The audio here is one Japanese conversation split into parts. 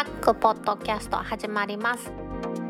タックポッドキャスト始まります。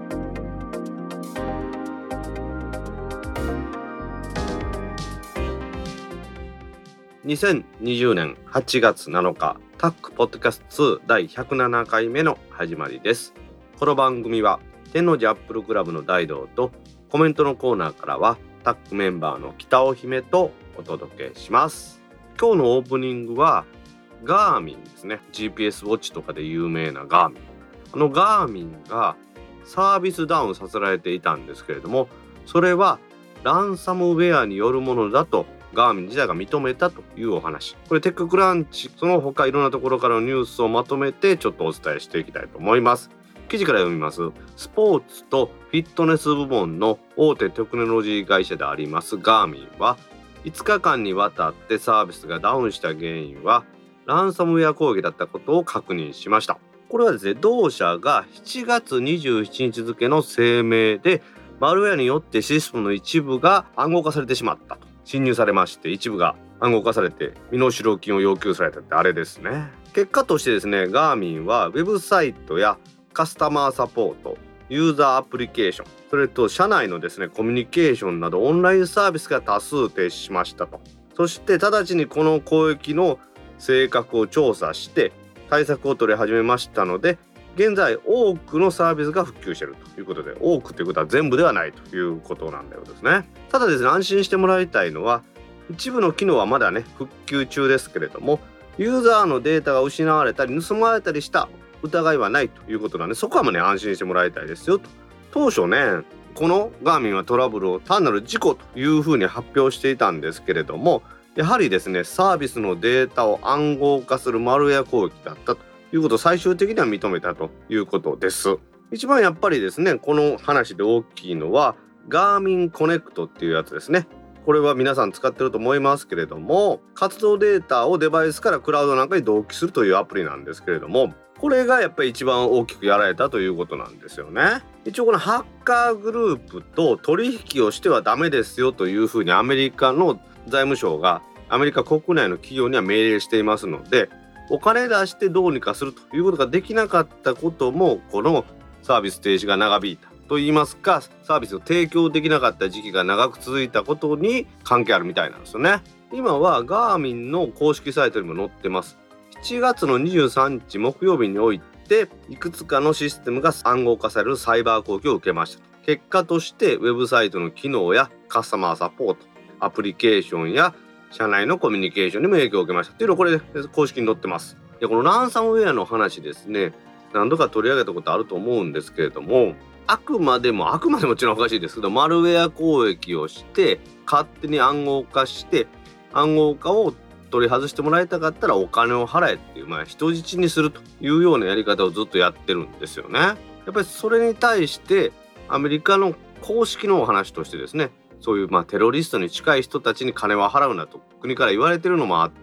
2020年8月7日タックポッドキャスト2第107回目の始まりです。この番組は天王寺アップルクラブの大道とコメントのコーナーからはタックメンバーの北尾姫とお届けします。今日のオープニングはガーミンですね。 GPS ウォッチとかで有名なガーミン。ガーミンがサービスダウンさせられていたんですけれども、それはランサムウェアによるものだとガーミン自体が認めたというお話。これテッククランチその他いろんなところからのニュースをまとめてちょっとお伝えしていきたいと思います。記事から読みます。スポーツとフィットネス部門の大手テクノロジー会社でありますガーミンは5日間にわたってサービスがダウンした原因はランサムウェア攻撃だったことを確認しました。これはですね、同社が7月27日付の声明でマルウェアによってシステムの一部が暗号化されてしまったと。侵入されまして一部が暗号化されて身代金を要求されたってあれですね。結果としてですね、ガーミンはウェブサイトやカスタマーサポート、ユーザーアプリケーション、それと社内のですねコミュニケーションなどオンラインサービスが多数停止しましたと。そして直ちにこの攻撃の性格を調査して対策を取り始めましたので、現在多くのサービスが復旧しているということで、多くということは全部ではないということなんだようですね。ただですね、安心してもらいたいのは一部の機能はまだね復旧中ですけれども、ユーザーのデータが失われたり盗まれたりした疑いはないということなんで、そこはもうね安心してもらいたいですよと。当初ねこのガーミンはトラブルを単なる事故というふうに発表していたんですけれども、やはりですねサービスのデータを暗号化するマルウェア攻撃だったということを最終的には認めたということです。一番やっぱりですねこの話で大きいのはガーミンコネクトっていうやつですね。これは皆さん使ってると思いますけれども、活動データをデバイスからクラウドなんかに同期するというアプリなんですけれども、これがやっぱり一番大きくやられたということなんですよね。一応このハッカーグループと取引をしてはダメですよというふうにアメリカの財務省がアメリカ国内の企業には命令していますので、お金出してどうにかするということができなかったこともこのサービス停止が長引いたといいますか、サービスを提供できなかった時期が長く続いたことに関係あるみたいなんですよね。今はガーミンの公式サイトにも載ってます。7月の23日木曜日においていくつかのシステムが暗号化されるサイバー攻撃を受けました。結果としてウェブサイトの機能やカスタマーサポート、アプリケーションや社内のコミュニケーションにも影響を受けましたっていうのをこれ公式に載ってます。でこのランサムウェアの話ですね、何度か取り上げたことあると思うんですけれども、あくまでももちろんおかしいですけど、マルウェア攻撃をして勝手に暗号化して暗号化を取り外してもらいたかったらお金を払えっていう、人質にするというようなやり方をずっとやってるんですよね。やっぱりそれに対してアメリカの公式のお話としてですね、そういうテロリストに近い人たちに金は払うなと国から言われてるのもあって、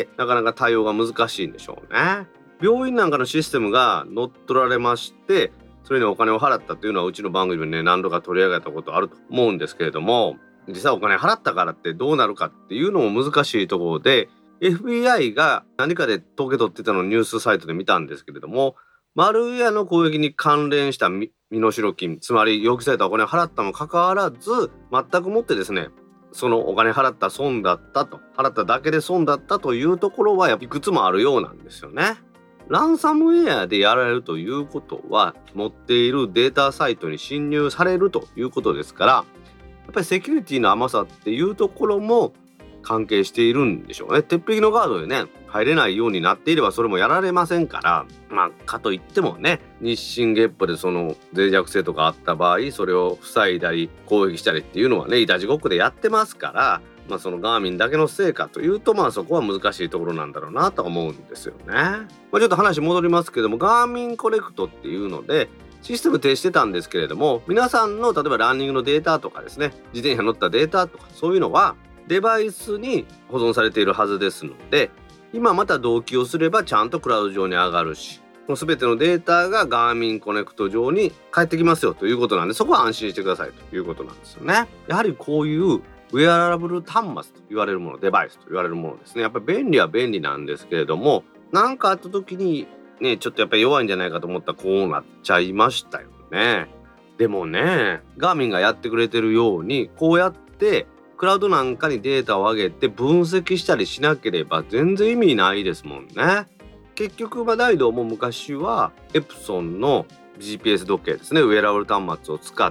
なかなか対応が難しいんでしょうね。病院なんかのシステムが乗っ取られましてそれにお金を払ったというのはうちの番組でね何度か取り上げたことあると思うんですけれども、実際お金払ったからってどうなるかっていうのも難しいところで、 FBI が何かで統計取ってたのをニュースサイトで見たんですけれども、マルウェアの攻撃に関連した身代金、つまり要求されたお金を払ったのにかかわらず全くもってですねそのお金払った損だったと、払っただけで損だったというところはいくつもあるようなんですよね。ランサムウェアでやられるということは持っているデータサイトに侵入されるということですから、やっぱりセキュリティの甘さっていうところも関係しているんでしょうね。鉄壁のガードでね入れないようになっていればそれもやられませんから、かといってもね日進月歩でその脆弱性とかあった場合それを塞いだり攻撃したりっていうのはねいたちごっこでやってますから、そのガーミンだけの成果というとそこは難しいところなんだろうなと思うんですよね。ちょっと話戻りますけども、ガーミンコネクトっていうのでシステム停止してたんですけれども、皆さんの例えばランニングのデータとかですね、自転車に乗ったデータとかそういうのはデバイスに保存されているはずですので、今また同期をすればちゃんとクラウド上に上がるし、この全てのデータがガーミンコネクト上に返ってきますよということなんで、そこは安心してくださいということなんですよね。やはりこういうウェアラブル端末と言われるもの、デバイスと言われるものですね、やっぱり便利は便利なんですけれども、何かあった時にねちょっとやっぱり弱いんじゃないかと思ったらこうなっちゃいましたよね。でもねガーミンがやってくれてるようにこうやってクラウドなんかにデータを上げて分析したりしなければ全然意味ないですもんね。結局ダイドも昔はエプソンの GPS 時計ですね、ウェアラブル端末を使って、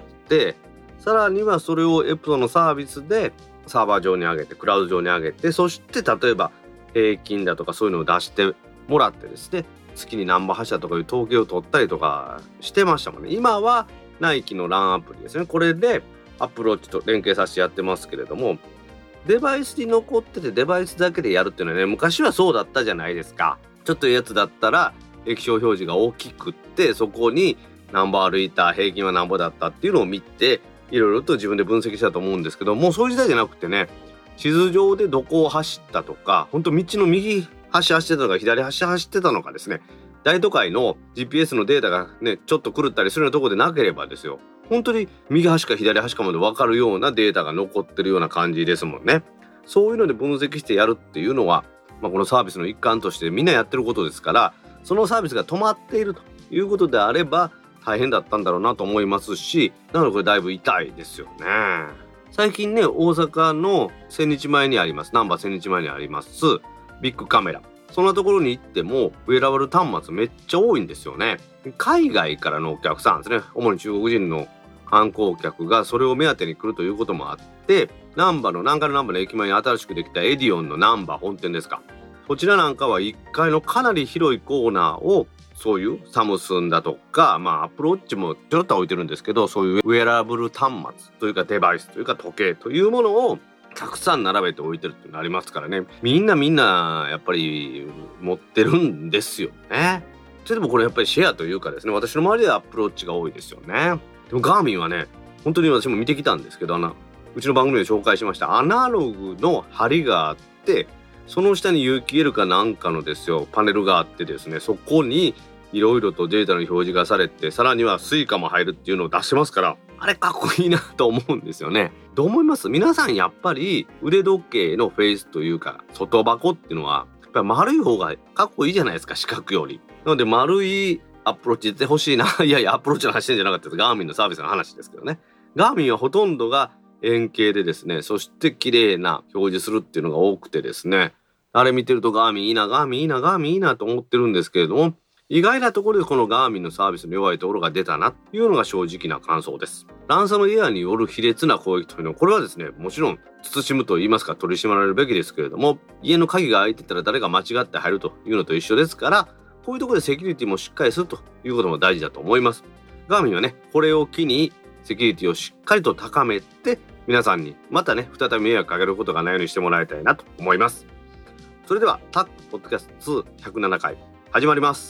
さらにはそれをエプソンのサービスでサーバー上に上げてクラウド上に上げて、そして例えば平均だとかそういうのを出してもらってですね、月に何本走ったとかいう統計を取ったりとかしてましたもんね。今はナイキのランアプリですね、これでアプローチと連携させてやってますけれども、デバイスに残っててデバイスだけでやるっていうのはね、昔はそうだったじゃないですか。ちょっといいやつだったら液晶表示が大きくって、そこに何歩歩いた、平均は何歩だったっていうのを見ていろいろと自分で分析したと思うんですけども、そういう時代じゃなくてね、地図上でどこを走ったとか、本当道の右端走ってたのか左端走ってたのかですね、大都会の GPS のデータがねちょっと狂ったりするようなところでなければですよ、本当に右端か左端かまで分かるようなデータが残ってるような感じですもんね。そういうので分析してやるっていうのは、このサービスの一環としてみんなやってることですから、そのサービスが止まっているということであれば大変だったんだろうなと思いますし、なのでこれだいぶ痛いですよね。最近ね、大阪の千日前にあります、難波千日前にありますビッグカメラ、そんなところに行ってもウェアラブル端末めっちゃ多いんですよね。海外からのお客さんですね、主に中国人の観光客がそれを目当てに来るということもあって、南海の難波の駅前に新しくできたエディオンの難波本店ですか、こちらなんかは1階のかなり広いコーナーをそういうサムスンだとか、アプローチもちょっと置いてるんですけど、そういうウェアラブル端末というかデバイスというか時計というものをたくさん並べて置いてるっていうのがありますからね、みんなやっぱり持ってるんですよね。それでもこれやっぱりシェアというかですね、私の周りではアプローチが多いですよね。でもガーミンはね、本当に私も見てきたんですけど、うちの番組で紹介しましたアナログの針があって、その下に有機 EL かなんかのですよパネルがあってですね、そこにいろいろとデータの表示がされて、さらにはスイカも入るっていうのを出してますから、あれかっこいいなと思うんですよね。どう思います？皆さんやっぱり腕時計のフェイスというか外箱っていうのはやっぱり丸い方がかっこいいじゃないですか、四角より。なので丸いアプローチ出てほしいな。いやいや、アプローチの話してんじゃなかったです。ガーミンのサービスの話ですけどね。ガーミンはほとんどが円形でですね、そして綺麗な表示するっていうのが多くてですね、あれ見てるとガーミンいいな、ガーミンいいな、ガーミンいいなと思ってるんですけれども、意外なところでこのガーミンのサービスの弱いところが出たなというのが正直な感想です。ランサムウェアによる卑劣な攻撃というのは、これはですね、もちろん慎むと言いますか取り締まられるべきですけれども、家の鍵が開いてたら誰が間違って入るというのと一緒ですから、こういうところでセキュリティもしっかりするということも大事だと思います。ガーミンはね、これを機にセキュリティをしっかりと高めて、皆さんにまたね、再び迷惑かけることがないようにしてもらいたいなと思います。それではタックポッドキャスト207回始まります。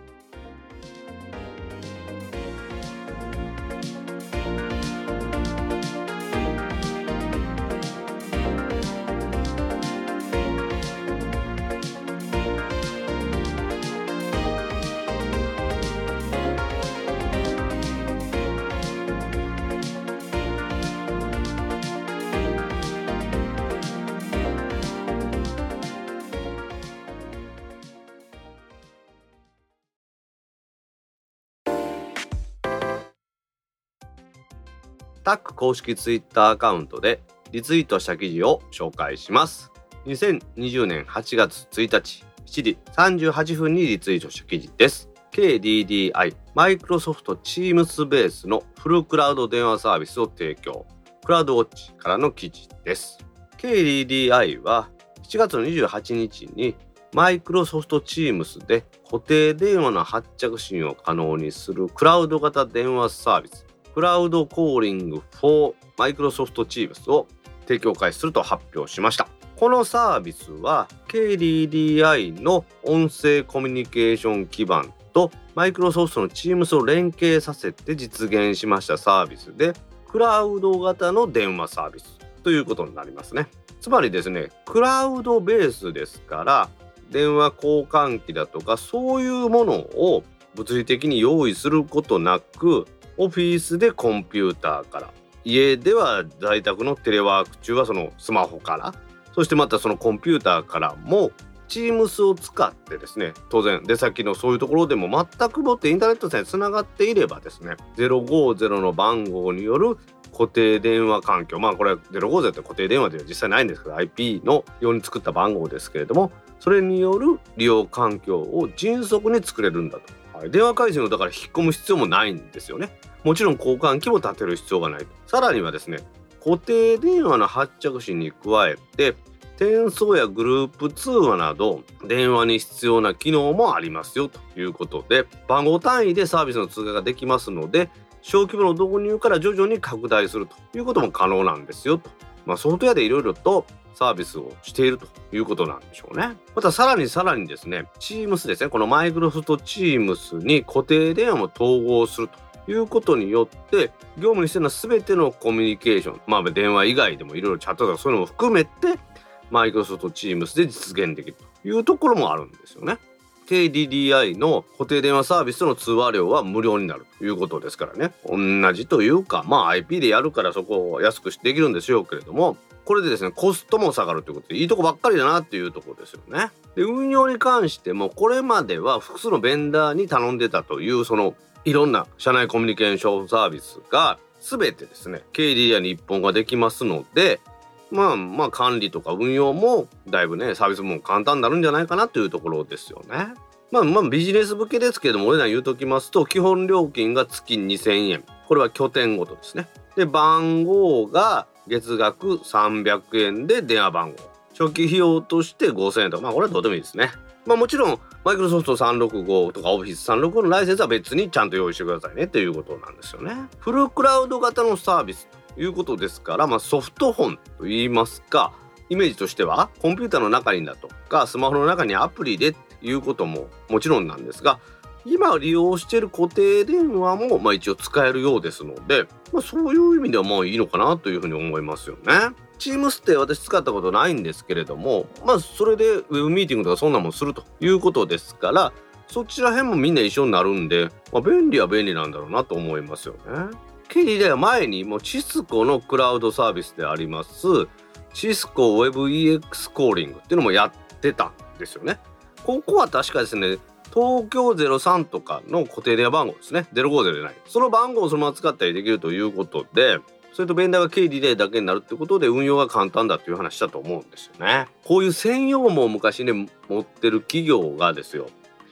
タック公式ツイッターアカウントでリツイートした記事を紹介します。2020年8月1日7時38分にリツイートした記事です。KDDI マイクロソフト Teams ベースのフルクラウド電話サービスを提供、クラウドウォッチからの記事です。 KDDI は7月28日にマイクロソフト Teams で固定電話の発着信を可能にするクラウド型電話サービスクラウドコーリング for Microsoft Teams を提供開始すると発表しました。このサービスは KDDI の音声コミュニケーション基盤と Microsoft の Teams を連携させて実現しましたサービスで、クラウド型の電話サービスということになりますね。つまりですね、クラウドベースですから、電話交換機だとかそういうものを物理的に用意することなく、オフィスでコンピューターから、家では在宅のテレワーク中はそのスマホから、そしてまたそのコンピューターからも Teams を使ってですね、当然出先のそういうところでも全くもってインターネットさえつながっていればですね、050の番号による固定電話環境、これは050って固定電話では実際ないんですけど IP のように作った番号ですけれども、それによる利用環境を迅速に作れるんだと。電話回線をだから引っ込む必要もないんですよね。もちろん交換機も立てる必要がないと。さらにはですね、固定電話の発着信に加えて転送やグループ通話など電話に必要な機能もありますよということで、番号単位でサービスの通過ができますので、小規模の導入から徐々に拡大するということも可能なんですよと。ソフトウェアでいろいろとサービスをしているということなんでしょうね。またさらにですね、Teams ですね、このマイクロソフト Teams に固定電話も統合するということによって業務に必要な全てのコミュニケーション、電話以外でもいろいろチャットとかそういうのも含めてマイクロソフト Teams で実現できるというところもあるんですよね。KDDI の固定電話サービスとの通話料は無料になるということですからね、同じというかIP でやるからそこを安くできるんでしょうけれども、これでですねコストも下がるということでいいとこばっかりだなっていうところですよね。で、運用に関してもこれまでは複数のベンダーに頼んでたというそのいろんな社内コミュニケーションサービスが全てですね KDDI に一本ができますので、管理とか運用もだいぶねサービスも簡単になるんじゃないかなというところですよね。ビジネス向けですけれども、お値段言うときますと基本料金が月2000円、これは拠点ごとですね。で、番号が月額300円で電話番号、初期費用として5000円とか、これはどうでもいいですね。もちろんマイクロソフト365とかオフィス365のライセンスは別にちゃんと用意してくださいねということなんですよね。フルクラウド型のサービスということですから、ソフトフォンといいますか、イメージとしてはコンピューターの中にだとかスマホの中にアプリでっていうことももちろんなんですが、今利用している固定電話も一応使えるようですので、そういう意味ではいいのかなというふうに思いますよね。Teams って私使ったことないんですけれども、それでウェブミーティングとかそんなもんするということですから、そちら辺もみんな一緒になるんで、便利は便利なんだろうなと思いますよね。KDDI は前にもシスコのクラウドサービスでありますシスコ WebEX コーリングっていうのもやってたんですよね。ここは確かですね、東京03とかの固定電話番号ですね、050でない、その番号をそのまま使ったりできるということで、それとベンダーが KDDI だけになるってことで運用が簡単だという話だと思うんですよね。こういう専用網を昔ね持ってる企業がですよ、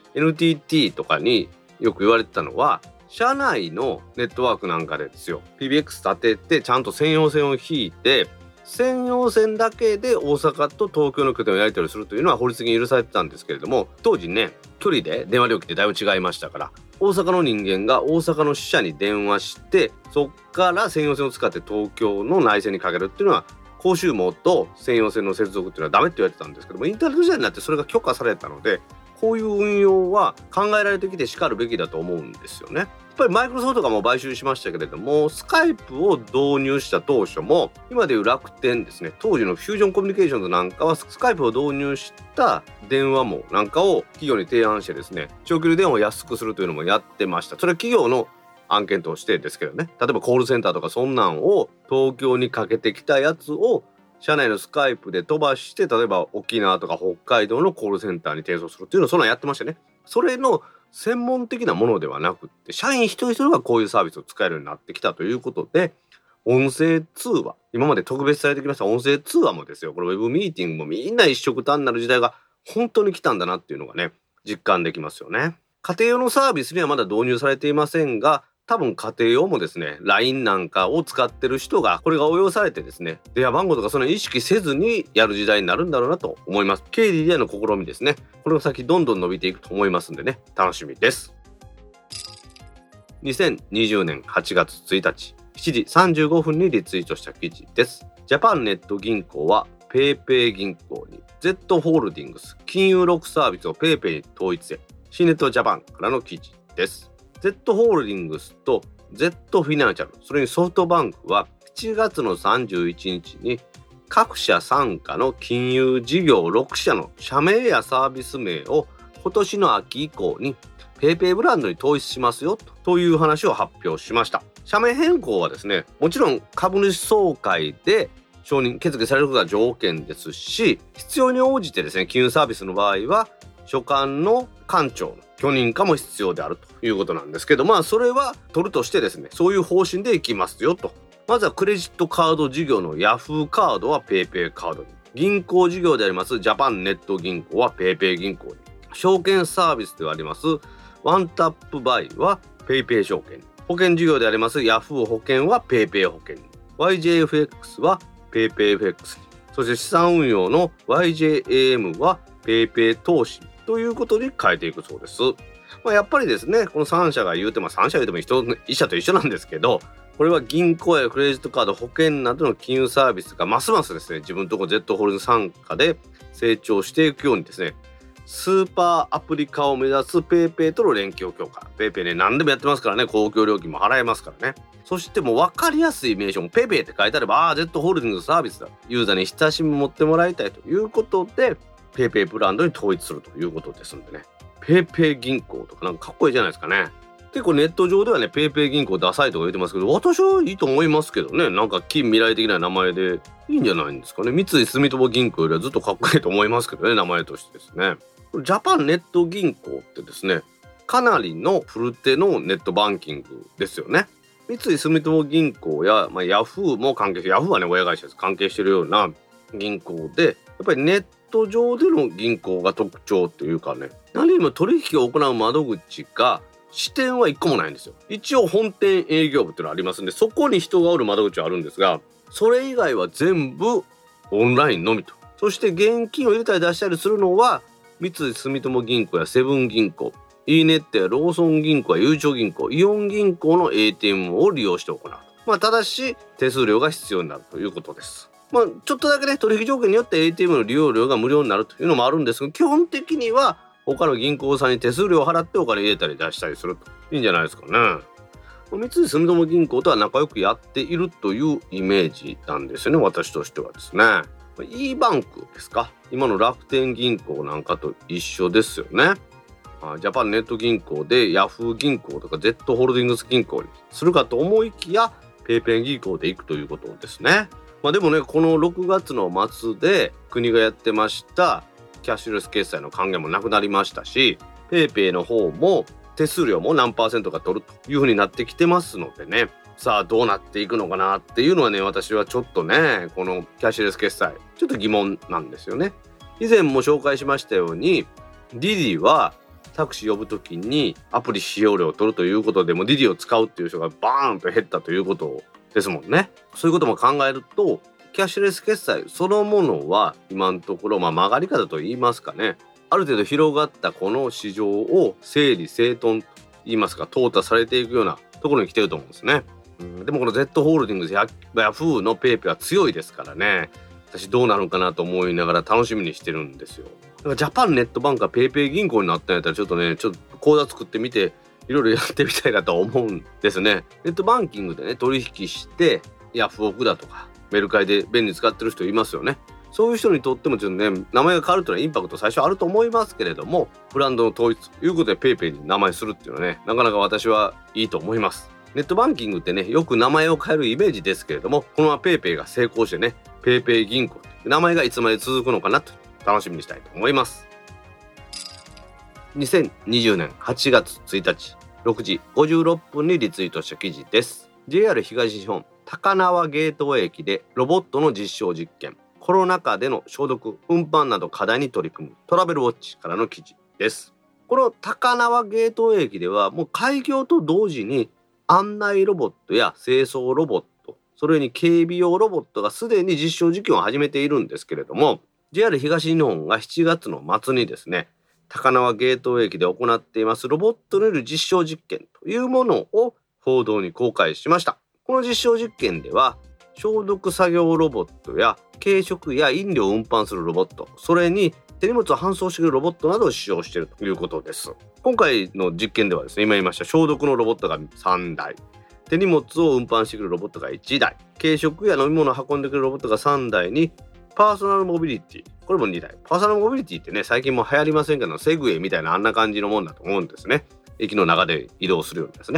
NTT とかによく言われてたのは、社内のネットワークなんかでですよ PBX 立ててちゃんと専用線を引いて、専用線だけで大阪と東京の拠点をやり取りするというのは法律的に許されてたんですけれども、当時ね距離で電話料金ってだいぶ違いましたから、大阪の人間が大阪の支社に電話してそっから専用線を使って東京の内線にかけるっていうのは公衆網と専用線の接続っていうのはダメって言われてたんですけども、インターネット時代になってそれが許可されたので、こういう運用は考えられてきてしかるべきだと思うんですよね。やっぱりマイクロソフトがもう買収しましたけれども、スカイプを導入した当初も今でいう楽天ですね、当時のフュージョンコミュニケーションズなんかはスカイプを導入した電話網なんかを企業に提案してですね、長距離電話を安くするというのもやってました。それは企業の案件としてですけどね、例えばコールセンターとかそんなんを東京にかけてきたやつを社内のスカイプで飛ばして、例えば沖縄とか北海道のコールセンターに転送するっていうのをそんなんやってましたね。それの専門的なものではなくって、社員一人一人がこういうサービスを使えるようになってきたということで、音声通話、今まで特別されてきました音声通話もですよ、これウェブミーティングもみんな一色単なる時代が本当に来たんだなっていうのがね実感できますよね。家庭用のサービスにはまだ導入されていませんが、多分家庭用もですね LINE なんかを使ってる人がこれが応用されてですね、電話番号とかその意識せずにやる時代になるんだろうなと思います。 KDDI の試みですね、これが先どんどん伸びていくと思いますんでね、楽しみです。2020年8月1日7時35分にリツイートした記事です。ジャパンネット銀行は PayPay 銀行に Z ホールディングス金融ロックサービスを PayPay に統一へ、シーネットジャパンからの記事です。Z ホールディングスと Z フィナンシャル、それにソフトバンクは7月の31日に各社傘下の金融事業6社の社名やサービス名を今年の秋以降に PayPay ブランドに統一しますよという話を発表しました。社名変更はですね、もちろん株主総会で承認決議されることが条件ですし、必要に応じてですね金融サービスの場合は所管の官庁の許認可も必要であるということなんですけど、それは取るとしてですねそういう方針でいきますよと。まずはクレジットカード事業のヤフーカードはペイペイカードに、銀行事業でありますジャパンネット銀行はペイペイ銀行に、証券サービスでありますワンタップバイはペイペイ証券に、保険事業でありますヤフー保険はペイペイ保険に、 YJFX はペイペイ FX に、そして資産運用の YJAM はペイペイ投資ということに変えていくそうです。やっぱりですねこの3社が言うても3社言うても1社と一緒なんですけど、これは銀行やクレジットカード、保険などの金融サービスがますますですね自分のところ Z ホールディングス傘下で成長していくようにですね、スーパーアプリ化を目指すペイペイとの連携強化。ペイペイね何でもやってますからね、公共料金も払えますからね。そしてもう分かりやすい名称もペイペイって書いてあれば、Z ホールディングスサービスだ、ユーザーに親しみ持ってもらいたいということでペイペイブランドに統一するということですんでね、ペイペイ銀行とかなんかかっこいいじゃないですかね。結構ネット上ではねペイペイ銀行ダサいとか言ってますけど、私はいいと思いますけどね。なんか近未来的な名前でいいんじゃないんですかね。三井住友銀行よりはずっとかっこいいと思いますけどね、名前としてですね。ジャパンネット銀行ってですねかなりの古手のネットバンキングですよね。三井住友銀行や、ヤフーも関係して、ヤフーはね親会社です、関係してるような銀行で、やっぱりネット上での銀行が特徴というかね、何よりも取引を行う窓口が支店は1個もないんですよ。一応本店営業部っていうのがありますんで、そこに人がおる窓口はあるんですが、それ以外は全部オンラインのみと。そして現金を入れたり出したりするのは三井住友銀行やセブン銀行、e ネットやローソン銀行やゆうちょ銀行、イオン銀行の ATM を利用して行う。ただし手数料が必要になるということです。ちょっとだけね取引条件によって ATM の利用料が無料になるというのもあるんですが、基本的には他の銀行さんに手数料を払ってお金入れたり出したりするといいんじゃないですかね。三井住友銀行とは仲良くやっているというイメージなんですよね、私としてはですね。e バンクですか、今の楽天銀行なんかと一緒ですよね。ジャパンネット銀行でヤフー銀行とか Z ホールディングス銀行にするかと思いきやペイペイ銀行で行くということですね。でもねこの6月の末で国がやってましたキャッシュレス決済の還元もなくなりましたし、ペイペイの方も手数料も何%か取るという風になってきてますのでね、さあどうなっていくのかなっていうのはね、私はちょっとねこのキャッシュレス決済ちょっと疑問なんですよね。以前も紹介しましたようにディディはタクシー呼ぶときにアプリ使用料を取るということでもディディを使うっていう人がバーンと減ったということですもんね。そういうことも考えるとキャッシュレス決済そのものは今のところ曲がり方といいますかね、ある程度広がったこの市場を整理整頓といいますか淘汰されていくようなところに来てると思うんですね。でもこの Z ホールディングスやヤフーのペイペイは強いですからね、私どうなるかなと思いながら楽しみにしてるんですよ。だからジャパンネットバンクがペイペイ銀行になったんやったらちょっと口座作ってみていろいろやってみたいなと思うんですね。ネットバンキングでね取引してヤフオクだとかメルカリで便利に使ってる人いますよね。そういう人にとってもちょっとね名前が変わるというのはインパクト最初あると思いますけれども、ブランドの統一ということでペイペイに名前するっていうのはねなかなか私はいいと思います。ネットバンキングってねよく名前を変えるイメージですけれども、このままペイペイが成功してねペイペイ銀行名前がいつまで続くのかなと楽しみにしたいと思います。2020年8月1日6時56分にリツイートした記事です。 JR 東日本高輪ゲートウェイ駅でロボットの実証実験、コロナ禍での消毒運搬など課題に取り組むトラベルウォッチからの記事です。この高輪ゲートウェイ駅ではもう開業と同時に案内ロボットや清掃ロボット、それに警備用ロボットがすでに実証実験を始めているんですけれども、 JR 東日本が7月の末にですね高輪ゲートウェイ駅で行っていますロボットによる実証実験というものを報道に公開しました。この実証実験では消毒作業ロボットや軽食や飲料を運搬するロボット、それに手荷物を搬送してくるロボットなどを使用しているということです。今回の実験ではですね、今言いました消毒のロボットが3台、手荷物を運搬してくるロボットが1台、軽食や飲み物を運んでくるロボットが3台にパーソナルモビリティ、これも2台。パーソナルモビリティってね最近も流行りませんけど、セグウェイみたいなあんな感じのもんだと思うんですね。駅の中で移動するようにですね。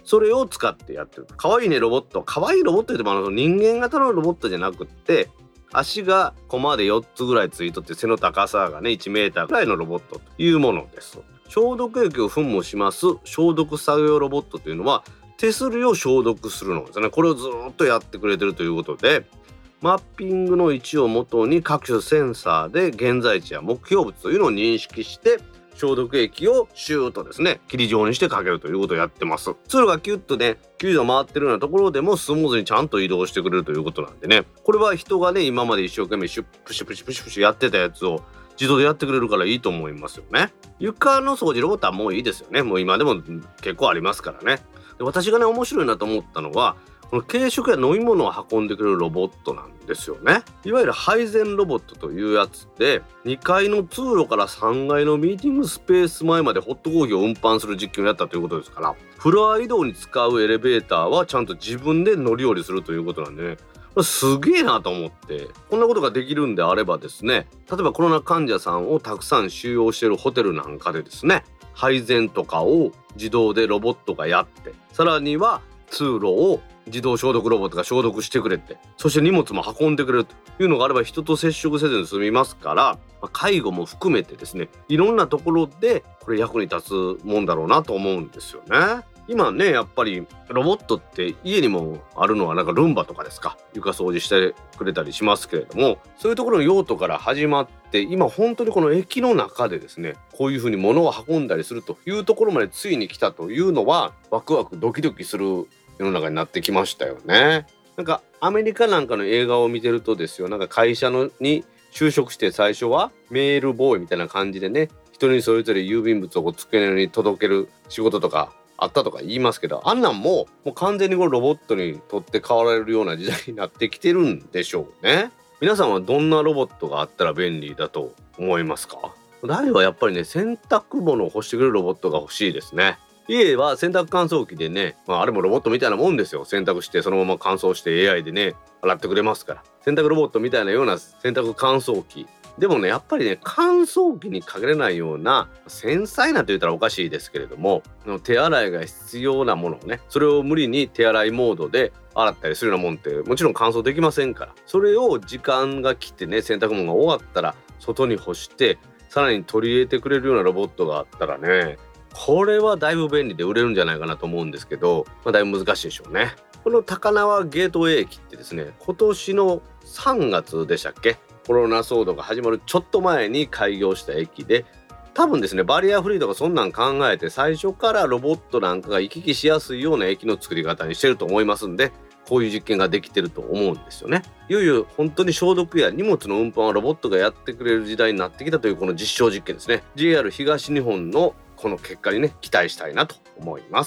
それを使ってやってる。可愛いねロボット、可愛いロボットっても人間型のロボットじゃなくって、足がコマで4つぐらいついとって背の高さがね1メーターぐらいのロボットというものです。消毒液を噴霧します消毒作業ロボットというのは手すりを消毒するのですね。これをずっとやってくれてるということで、マッピングの位置をもとに各種センサーで現在地や目標物というのを認識して消毒液をシューッとですね霧状にしてかけるということをやってます。ツールがキュッとね90度回ってるようなところでもスムーズにちゃんと移動してくれるということなんでね、これは人がね今まで一生懸命シュップシュプシュプシュプシュやってたやつを自動でやってくれるからいいと思いますよね。床の掃除ロボットはもういいですよね。もう今でも結構ありますからね。で私がね面白いなと思ったのはこの軽食や飲み物を運んでくれるロボットなんですよね。いわゆる配膳ロボットというやつで2階の通路から3階のミーティングスペース前までホットコーヒーを運搬する実験をやったということですから、フロア移動に使うエレベーターはちゃんと自分で乗り降りするということなんでね、これすげえなと思って、こんなことができるんであればですね、例えばコロナ患者さんをたくさん収容しているホテルなんかでですね配膳とかを自動でロボットがやって、さらには通路を自動消毒ロボットが消毒してくれて、そして荷物も運んでくれるというのがあれば人と接触せずに済みますから、介護も含めてですねいろんなところでこれ役に立つもんだろうなと思うんですよね。今ねやっぱりロボットって家にもあるのはなんかルンバとかですか、床掃除してくれたりしますけれども、そういうところの用途から始まって今本当にこの駅の中でですねこういうふうに物を運んだりするというところまでついに来たというのはワクワクドキドキする世の中になってきましたよね。なんかアメリカなんかの映画を見てるとですよ、なんか会社に就職して最初はメールボーイみたいな感じでね人にそれぞれ郵便物を机の上に届ける仕事とかあったとか言いますけど、あんなんもう完全にこれロボットにとって代わられるような時代になってきてるんでしょうね。皆さんはどんなロボットがあったら便利だと思いますか？誰はやっぱりね洗濯物を干してくれるロボットが欲しいですね。家は洗濯乾燥機でね、あれもロボットみたいなもんですよ。洗濯してそのまま乾燥して AI でね洗ってくれますから、洗濯ロボットみたいなような洗濯乾燥機でもねやっぱりね乾燥機に限れないような繊細なと言ったらおかしいですけれども手洗いが必要なものをね、それを無理に手洗いモードで洗ったりするようなもんってもちろん乾燥できませんから、それを時間が来てね洗濯物が終わったら外に干してさらに取り入れてくれるようなロボットがあったらね、これはだいぶ便利で売れるんじゃないかなと思うんですけど、だいぶ難しいでしょうね。この高輪ゲートウェイ駅ってですね今年の3月でしたっけ、コロナ騒動が始まるちょっと前に開業した駅で、多分ですねバリアフリーとかそんなん考えて最初からロボットなんかが行き来しやすいような駅の作り方にしてると思いますんで、こういう実験ができてると思うんですよね。いよいよ本当に消毒や荷物の運搬はロボットがやってくれる時代になってきたというこの実証実験ですね。 JR 東日本のこの結果にね期待したいなと思います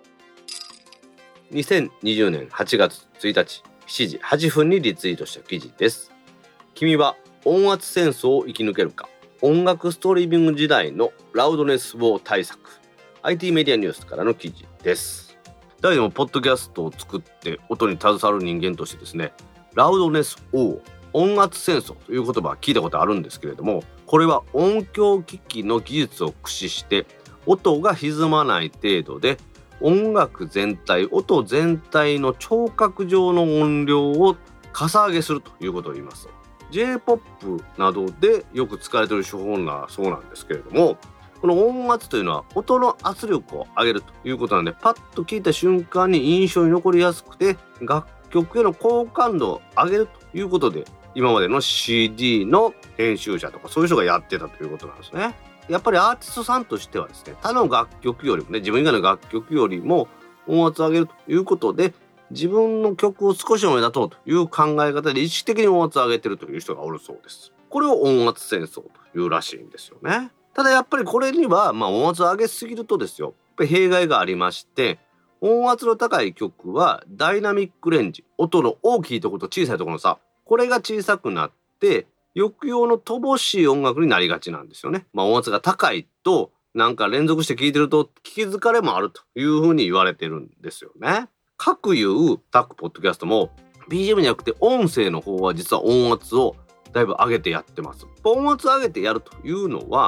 。2020年8月1日7時8分にリツイートした記事です。君は音圧戦争を生き抜けるか、音楽ストリーミング時代のラウドネスウォー対策、 IT メディアニュースからの記事です。誰でもポッドキャストを作って音に携わる人間としてですね、ラウドネスウォー、音圧戦争という言葉は聞いたことあるんですけれども、これは音響機器の技術を駆使して音が歪まない程度で音楽全体、音全体の聴覚上の音量をかさ上げするということを言います。 J-POP などでよく使われている手法なそうなんですけれども、この音圧というのは音の圧力を上げるということなので、パッと聞いた瞬間に印象に残りやすくて楽曲への好感度を上げるということで、今までの CD の編集者とかそういう人がやってたということなんですね。やっぱりアーティストさんとしてはですね、他の楽曲よりもね、自分以外の楽曲よりも音圧を上げるということで、自分の曲を少しでも目立とうという考え方で意識的に音圧を上げてるという人がおるそうです。これを音圧戦争というらしいんですよね。ただやっぱりこれには音圧を上げすぎるとですよ、やっぱり弊害がありまして、音圧の高い曲はダイナミックレンジ、音の大きいところと小さいところの差、これが小さくなって抑揚の乏しい音楽になりがちなんですよね。音圧が高いとなんか連続して聴いてると聞き疲れもあるというふうに言われてるんですよね。各いうタックポッドキャストも BGM じゃなくて音声の方は実は音圧をだいぶ上げてやってます。音圧上げてやるというのは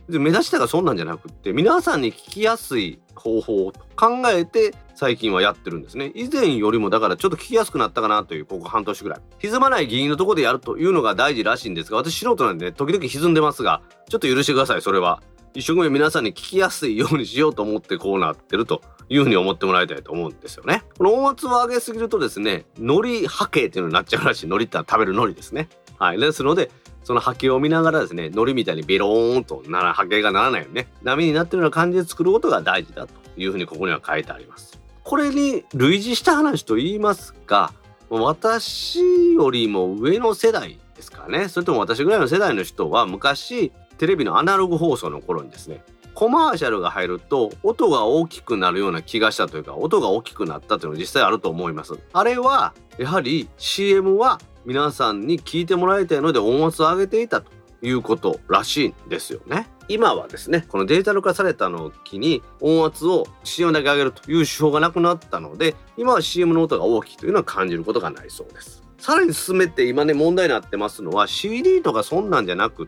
で目立ちたがそんなんじゃなくって、皆さんに聞きやすい方法を考えて最近はやってるんですね。以前よりもだからちょっと聞きやすくなったかなという、ここ半年ぐらい歪まない議員のところでやるというのが大事らしいんですが、私素人なんでね、時々歪んでますが、ちょっと許してください。それは一生懸命皆さんに聞きやすいようにしようと思ってこうなってるというふうに思ってもらいたいと思うんですよね。この音圧を上げすぎるとですね、海苔波形っていうのになっちゃうらしい。海苔って食べる海苔ですね。はい、ですのでその波形を見ながらですね、海苔みたいにベローンと波形がならないようにね、波になってるような感じで作ることが大事だというふうにここには書いてあります。これに類似した話と言いますが、私よりも上の世代ですかね、それとも私ぐらいの世代の人は昔テレビのアナログ放送の頃にですね、コマーシャルが入ると音が大きくなるような気がしたというか、音が大きくなったというのが実際あると思います。あれはやはり CM は皆さんに聞いてもらいたいので音圧を上げていたということらしいんですよね。今はですね、このデジタル化されたのを機に音圧を CM だけ上げるという手法がなくなったので、今は CM の音が大きいというのは感じることがないそうです。さらに進めて今ね、問題になってますのは CD とかそんなんじゃなくって、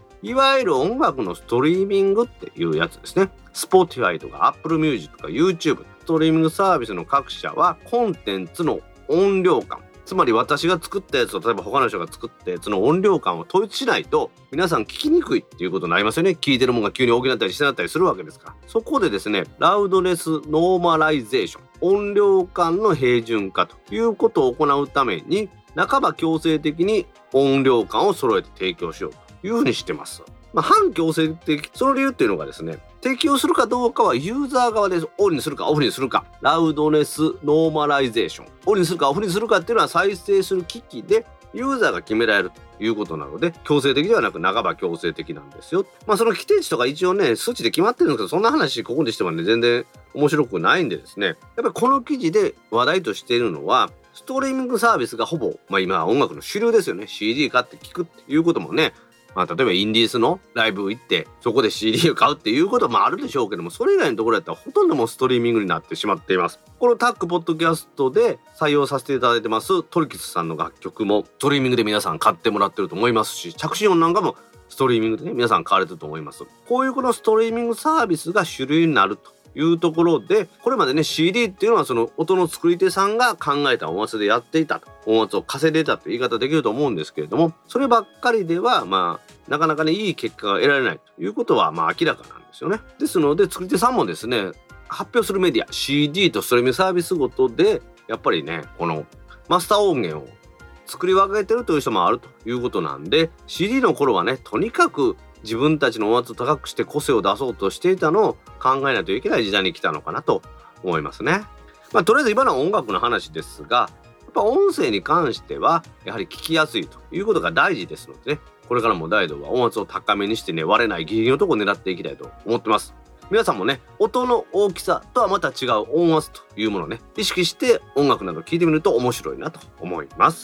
いわゆる音楽のストリーミングっていうやつですね。 Spotify とか Apple Music とか YouTube ストリーミングサービスの各社はコンテンツの音量感、つまり私が作ったやつと例えば他の人が作ったやつの音量感を統一しないと皆さん聞きにくいっていうことになりますよね。聞いてるものが急に大きくなったりしてなったりするわけですから、そこでですね、ラウドレスノーマライゼーション、音量感の平準化ということを行うために半ば強制的に音量感を揃えて提供しようというふうにしてます。反強制的、その理由っていうのがですね、適用するかどうかはユーザー側でオンにするかオフにするか、ラウドネスノーマライゼーション、オンにするかオフにするかっていうのは再生する機器でユーザーが決められるということなので、強制的ではなく半ば強制的なんですよ。その規定値とか一応ね、数値で決まってるんですけど、そんな話ここにしてもね全然面白くないんでですね、やっぱりこの記事で話題としているのは、ストリーミングサービスがほぼ、今音楽の主流ですよね。 CD 買って聴くっていうこともね、例えばインディースのライブ行ってそこで CD を買うっていうこともあるでしょうけども、それ以外のところだったらほとんどもうストリーミングになってしまっています。このタックポッドキャストで採用させていただいてますトリキスさんの楽曲もストリーミングで皆さん買ってもらってると思いますし、着信音なんかもストリーミングでね皆さん買われてると思います。こういうこのストリーミングサービスが主流になるというところで、これまでね CD っていうのはその音の作り手さんが考えた音圧でやっていたと、音圧を稼いでいたという言い方できると思うんですけれども、そればっかりではなかなかねいい結果が得られないということは明らかなんですよね。ですので作り手さんもですね、発表するメディア CD とストリーミングサービスごとでやっぱりね、このマスター音源を作り分けてるという人もあるということなんで、 CD の頃はねとにかく自分たちの音圧を高くして個性を出そうとしていたのを考えないといけない時代に来たのかなと思いますね。とりあえず今のは音楽の話ですが、やっぱ音声に関してはやはり聞きやすいということが大事ですのでね、これからも大道は音圧を高めにしてね、割れないギリギリのところを狙っていきたいと思ってます。皆さんもね、音の大きさとはまた違う音圧というものをね意識して音楽など聴いてみると面白いなと思います。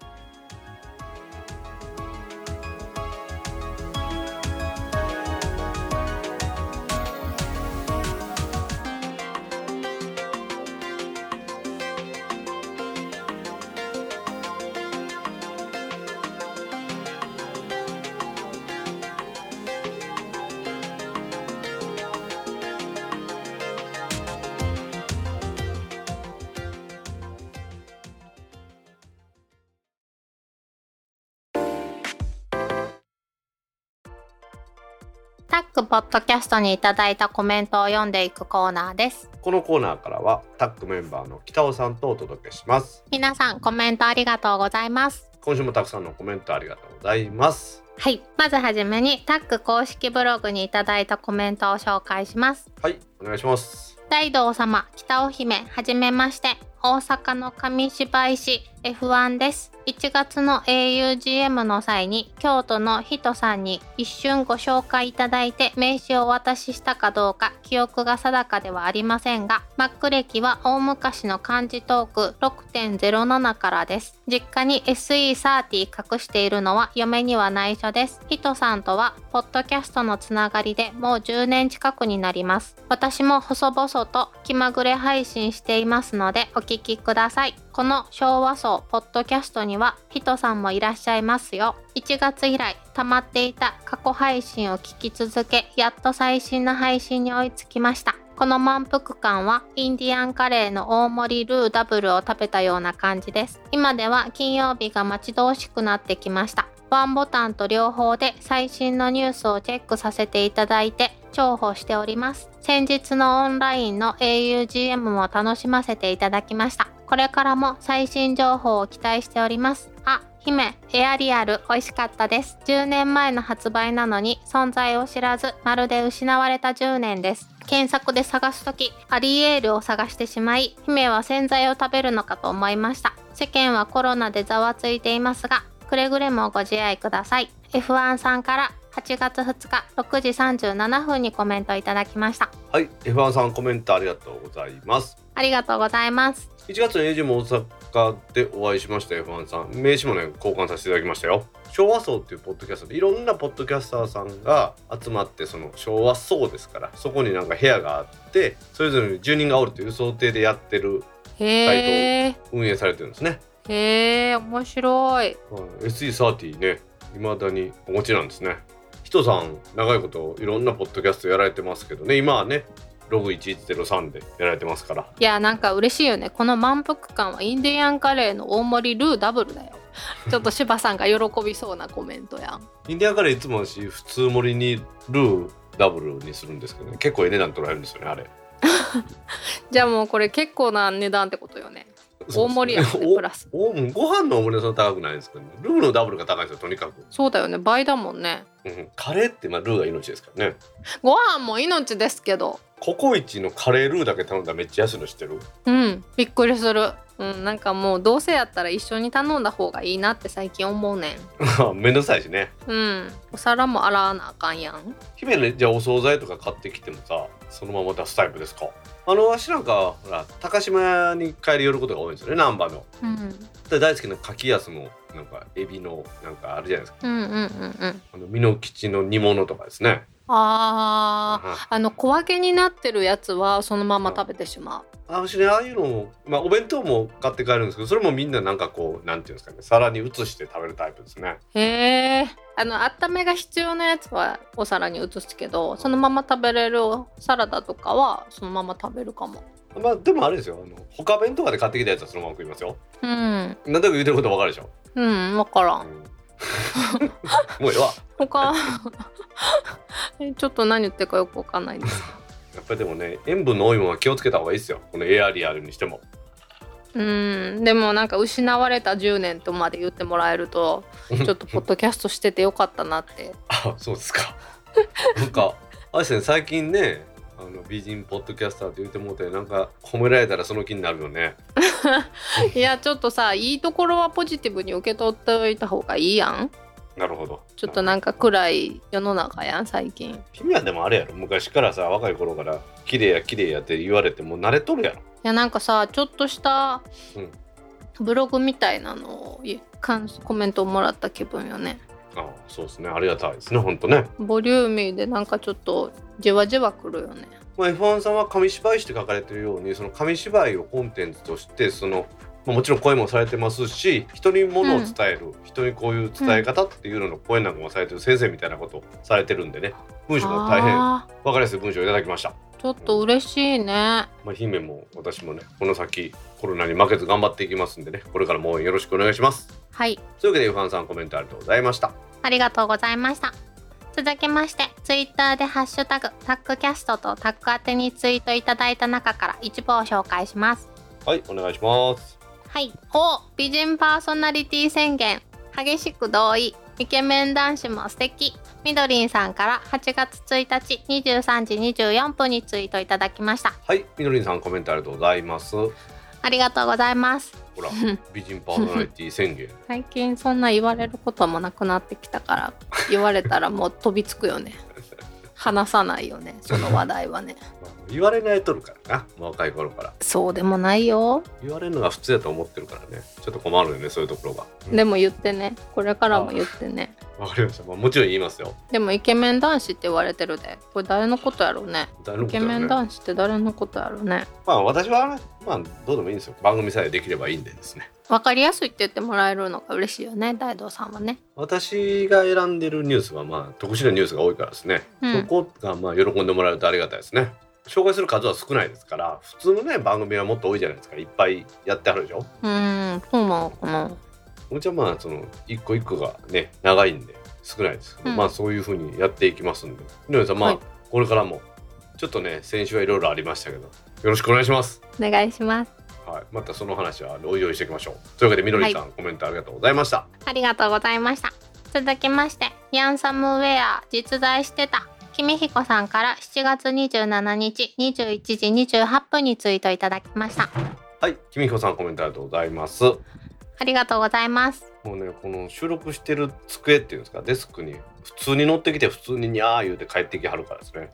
タックポッドキャストにいただいたコメントを読んでいくコーナーです。 このコーナーからはタックメンバーの北尾さんとお届けします。 皆さんコメントありがとうございます。 今週もたくさんのコメントありがとうございます。 はい、まずはじめにタック公式ブログにいただいたコメントを紹介します。 はい、お願いします。 大道様、北尾姫、はじめまして。大阪の上芝居市 F1 です。1月の augm の際に京都の人さんに一瞬ご紹介いただいて名刺をお渡ししたかどうか記憶が定かではありませんが、Mac 歴は大昔の漢字トーク 6.07 からです。実家に SE30 隠しているのは嫁には内緒です。人さんとはポッドキャストのつながりでもう10年近くになります。私も細々と気まぐれ配信していますので、お聞きください。この昭和層ポッドキャストにはヒトさんもいらっしゃいますよ。1月以来溜まっていた過去配信を聞き続け、やっと最新の配信に追いつきました。この満腹感はインディアンカレーの大盛りルーダブルを食べたような感じです。今では金曜日が待ち遠しくなってきました。ワンボタンと両方で最新のニュースをチェックさせていただいて重宝しております。先日のオンラインの augm も楽しませていただきました。これからも最新情報を期待しております。あ、姫、エアリアル美味しかったです。10年前の発売なのに存在を知らず、まるで失われた10年です。検索で探すとき、アリエールを探してしまい、姫は洗剤を食べるのかと思いました。世間はコロナでざわついていますが、くれぐれもご自愛ください。F1 さんから8月2日6時37分にコメントいただきました。 はい、F1 さんコメントありがとうございます。 ありがとうございます。 1月のAGも大阪でお会いしました。 F1 さん名刺もね交換させていただきましたよ。昭和層っていうポッドキャストでいろんなポッドキャスターさんが集まって、その昭和層ですから、そこになんか部屋があってそれぞれに10人がおるという想定でやってるサイトを運営されてるんですね。 へー、面白い。 SE30 ね未だにお持ちなんですね。ヒトさん長いこといろんなポッドキャストやられてますけどね、今はねログ1103でやられてますから。 いや、なんか嬉しいよね。この満腹感はインディアンカレーの大盛りルーダブルだよ。ちょっと柴さんが喜びそうなコメントやん。 インディアンカレーいつも普通盛りにルーダブルにするんですけどね、結構値段取られるんですよねあれ。 じゃあもうこれ結構な値段ってことよね。大盛りやもんね、プラスご飯の大盛りはそんな高くないんですけど、ね、ルーのダブルが高いんですよとにかく。 そうだよね、倍だもんね。 カレーってルーが命ですからね。 ご飯も命ですけど、 ココイチのカレールーだけ頼んだらめっちゃ安いの知ってる？ びっくりする。なんかもうどうせやったら一緒に頼んだ方がいいなって最近思うねん。 めんどくさいしね。 お皿も洗わなあかんやん。 姫ね、じゃあお惣菜とか買ってきてもさ、そのまま出すタイプですか？私なんかほら高島に帰り寄ることが多いんですよね、難波の。で大好きな柿安のなんかエビのなんかあるじゃないですか。美濃吉の煮物とかですね。 小分けになってるやつはそのまま食べてしまう。 私ね、ああいうのも、お弁当も買って帰るんですけど、それもみんななんかこうなんていうんですかね、皿に移して食べるタイプですね。 へえ。温めが必要なやつはお皿に移すけど、そのまま食べれるサラダとかはそのまま食べるかも。 でもあれですよ、他弁とかで買ってきたやつはそのまま食いますよ。なんとなく言うてることわかるでしょ。 分からん。 もうええわ。 他ちょっと何言ってるかよくわかんないんですけど。 やっぱりでもね、塩分の多いものは気をつけた方がいいですよ、このエアリアルにしても。 でもなんか失われた10年とまで言ってもらえるとちょっとポッドキャストしててよかったなってあ、そうですか。なんかあれですね、最近ね美人ポッドキャスターって言ってもうて、なんか褒められたらその気になるよね。 いやちょっとさ、いいところはポジティブに受け取っておいた方がいいやん。 なるほど。 ちょっとなんか暗い世の中やん最近。 君はでもあれやろ、昔からさ、若い頃から綺麗や綺麗やって言われてもう慣れとるやろ。いやなんかさ、ちょっとしたブログみたいなのをコメントをもらった気分よね。 ああ、そうですね、ありがたいですね、ほんとね。 ボリューミーでなんかちょっとじわじわくるよね。 F1 さんは紙芝居して書かれてるように、その紙芝居をコンテンツとしてもちろん声もされてますし、人にものを伝える、人にこういう伝え方っていうのの声なんかもされてる先生みたいなことをされてるんでね、文章も大変分かりやすい文章をいただきました。 ちょっと嬉しいね。 姫も私もね、この先コロナに負けず頑張っていきますんでね、これからも応援よろしくお願いします。 はい。 というわけでF1さんコメントありがとうございました。 ありがとうございました。続きまして、ツイッターでハッシュタグタックキャストとタック宛てにツイートいただいた中から一部を紹介します。 はい、お願いします。 はい。美人パーソナリティ宣言、激しく同意、イケメン男子も素敵。みどりんさんから8月1日23時24分にツイートいただきました。 はい、みどりんさんコメントありがとうございます。 ありがとうございます。 ほら美人パーソナリティ宣言最近そんな言われることもなくなってきたから、言われたらもう飛びつくよね。話さないよね、その話題はね。 言われないとるからな、若い頃から。 そうでもないよ。 言われるのが普通だと思ってるからね、ちょっと困るよね、そういうところが。 でも言ってね、これからも言ってね。 わかりました。まあ、もちろん言いますよ。 でもイケメン男子って言われてるで。これ誰のことやろうね。イケ誰のことやねメン男子って誰のことやろうね。 まあ私はね、まあどうでもいいんですよ。番組さえできればいいんでですね。 わかりやすいって言ってもらえるのが嬉しいよね、大道さんはね。 私が選んでるニュースはまあ特殊なニュースが多いからですね、そこがまあ喜んでもらえるとありがたいですね。紹介する数は少ないですから、普通のね番組はもっと多いじゃないですか。いっぱいやってあるでしょ。 そうなのかな。 うちはまあその一個一個がね長いんで少ないですけど、まあそういう風にやっていきますんで、井上さんまあ、これからもちょっとね先週はいろいろありましたけど、よろしくお願いします。 お願いします。 はい、またその話はおいおいしていきましょう。というわけでみどりさん、コメントありがとうございました。 ありがとうございました。続きまして、ヤンサムウェア実在してた君彦さんから7月27日21時28分にツイートいただきました。 はい、君彦さんコメントありがとうございます。 ありがとうございます。 もうねこの収録してる机っていうんですか、デスクに普通に乗ってきて普通にニャー言うて帰ってきはるからですね。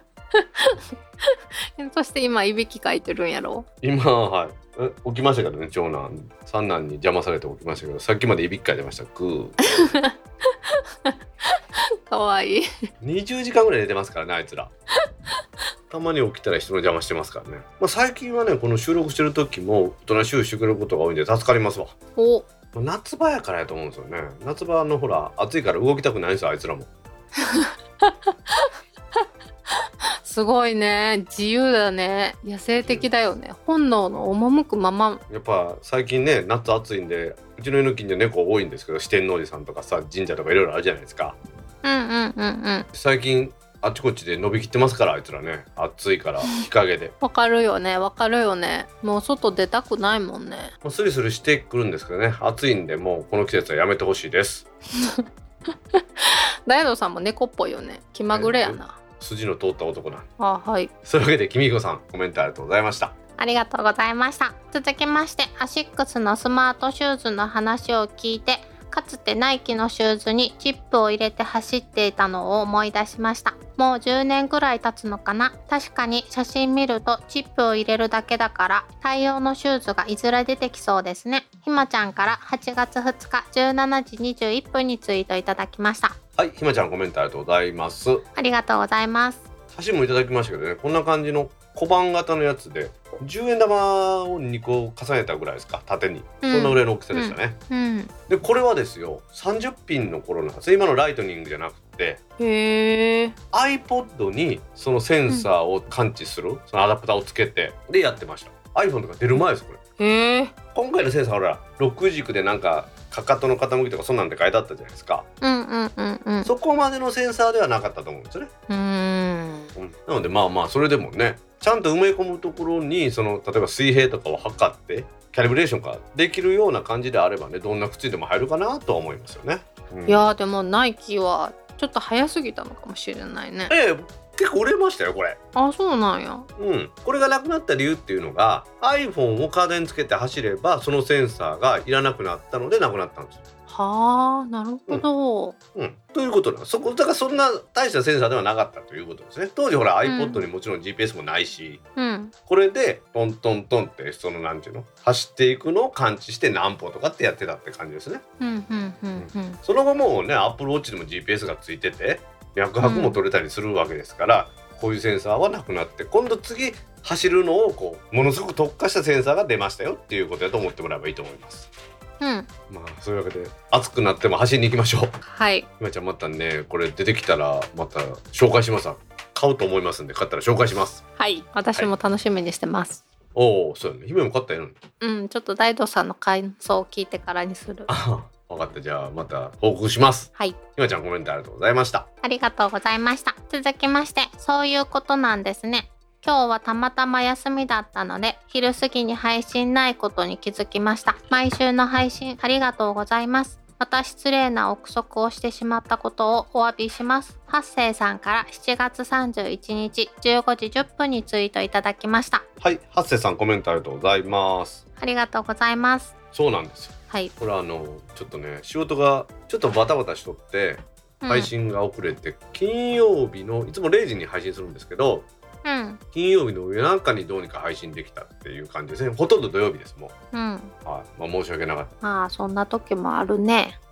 そして今いびきかいてるんやろ。 今はい起きましたけどね、長男三男に邪魔されて起きましたけど、さっきまでいびきかいてました。グーかわいい。 20時間ぐらい寝てますからねあいつら。たまに起きたら人の邪魔してますからね。まあ、最近はねこの収録してる時もおとなしくしてくれることが多いんで助かりますわ。 お、 夏場やからやと思うんですよね。夏場のほら暑いから動きたくないんですよあいつらも。 すごいね、自由だね、野生的だよね。本能の赴くまま。 やっぱ最近ね夏暑いんで、うちの家の近所猫多いんですけど、四天王寺さんとかさ神社とかいろいろあるじゃないですか。最近あちこちで伸びきってますからあいつらね、暑いから日陰で。 わかるよね、わかるよね。もう外出たくないもんね。 もうスリスリしてくるんですけどね、暑いんでもうこの季節はやめてほしいです。 大道さんも猫っぽいよね。気まぐれやな。 筋の通った男なん。 あ、はい。 そういうわけで君彦さんコメントありがとうございました。 ありがとうございました。続きまして、アシックスのスマートシューズの話を聞いて、かつてナイキのシューズにチップを入れて走っていたのを思い出しました。もう10年くらい経つのかな。確かに写真見るとチップを入れるだけだから対応のシューズがいずれ出てきそうですね。ひまちゃんから8月2日17時21分にツイートいただきました。 はい、ひまちゃんコメントありがとうございます。 ありがとうございます。 写真もいただきましたけどね、こんな感じの小判型のやつで10円玉を2個重ねたぐらいですか、縦に、そんなぐらいの大きさでしたね。でこれはですよ30ピンの頃なんです。今のライトニングじゃなくて、 へー、 iPod にそのセンサーを感知する、そのアダプターをつけてでやってました。 iPhone とか出る前ですこれ。 へー、 今回のセンサーほら6軸でなんかかかとの傾きとかそんなんで書いてあったじゃないですか。そこまでのセンサーではなかったと思うんですよね。なのでまあまあそれでもね、ちゃんと埋め込むところにその例えば水平とかを測ってキャリブレーションができるような感じであればね、どんな靴でも入るかなとは思いますよね。 いやでもナイキはちょっと早すぎたのかもしれないね。 結構売れましたよこれ。 あ、そうなんや。 これがなくなった理由っていうのが iPhone をカーデンつけて走ればそのセンサーがいらなくなったのでなくなったんですよ。 はあ、なるほど。 ということなんです。そこだからそんな大したセンサーではなかったということですね。当時ほら iPod にもちろん GPS もないし、これでトントントンってそのなんていうの走っていくのを感知して何歩とかってやってたって感じですね。その後もね Apple Watch でも GPS がついてて脈拍も取れたりするわけですから、こういうセンサーはなくなって今度次走るのをこうものすごく特化したセンサーが出ましたよっていうことだと思ってもらえばいいと思います。まあそういうわけで暑くなっても走りに行きましょう。はい。ひまちゃんまたねこれ出てきたらまた紹介します。買うと思いますんで買ったら紹介します。 はい、私も楽しみにしてます。 おお、そうだね。ひめも買ったよ。 ちょっと大道さんの感想を聞いてからにする。 分かった。じゃあまた報告します。はい。ひまちゃんコメントありがとうございました。 ありがとうございました。続きましてそういうことなんですね。今日はたまたま休みだったので昼過ぎに配信ないことに気づきました。毎週の配信ありがとうございます。また失礼な憶測をしてしまったことをお詫びします。八星さんから7月31日15時10分にツイートいただきました。 はい、八星さんコメントありがとうございます。 ありがとうございます。 そうなんですよ。はい。これちょっとね仕事がちょっとバタバタしとって配信が遅れて、金曜日のいつも0時に配信するんですけど、金曜日の夜中にどうにか配信できたっていう感じですね。ほとんど土曜日ですもう。はい。まあ申し訳なかった。 まあそんな時もあるね。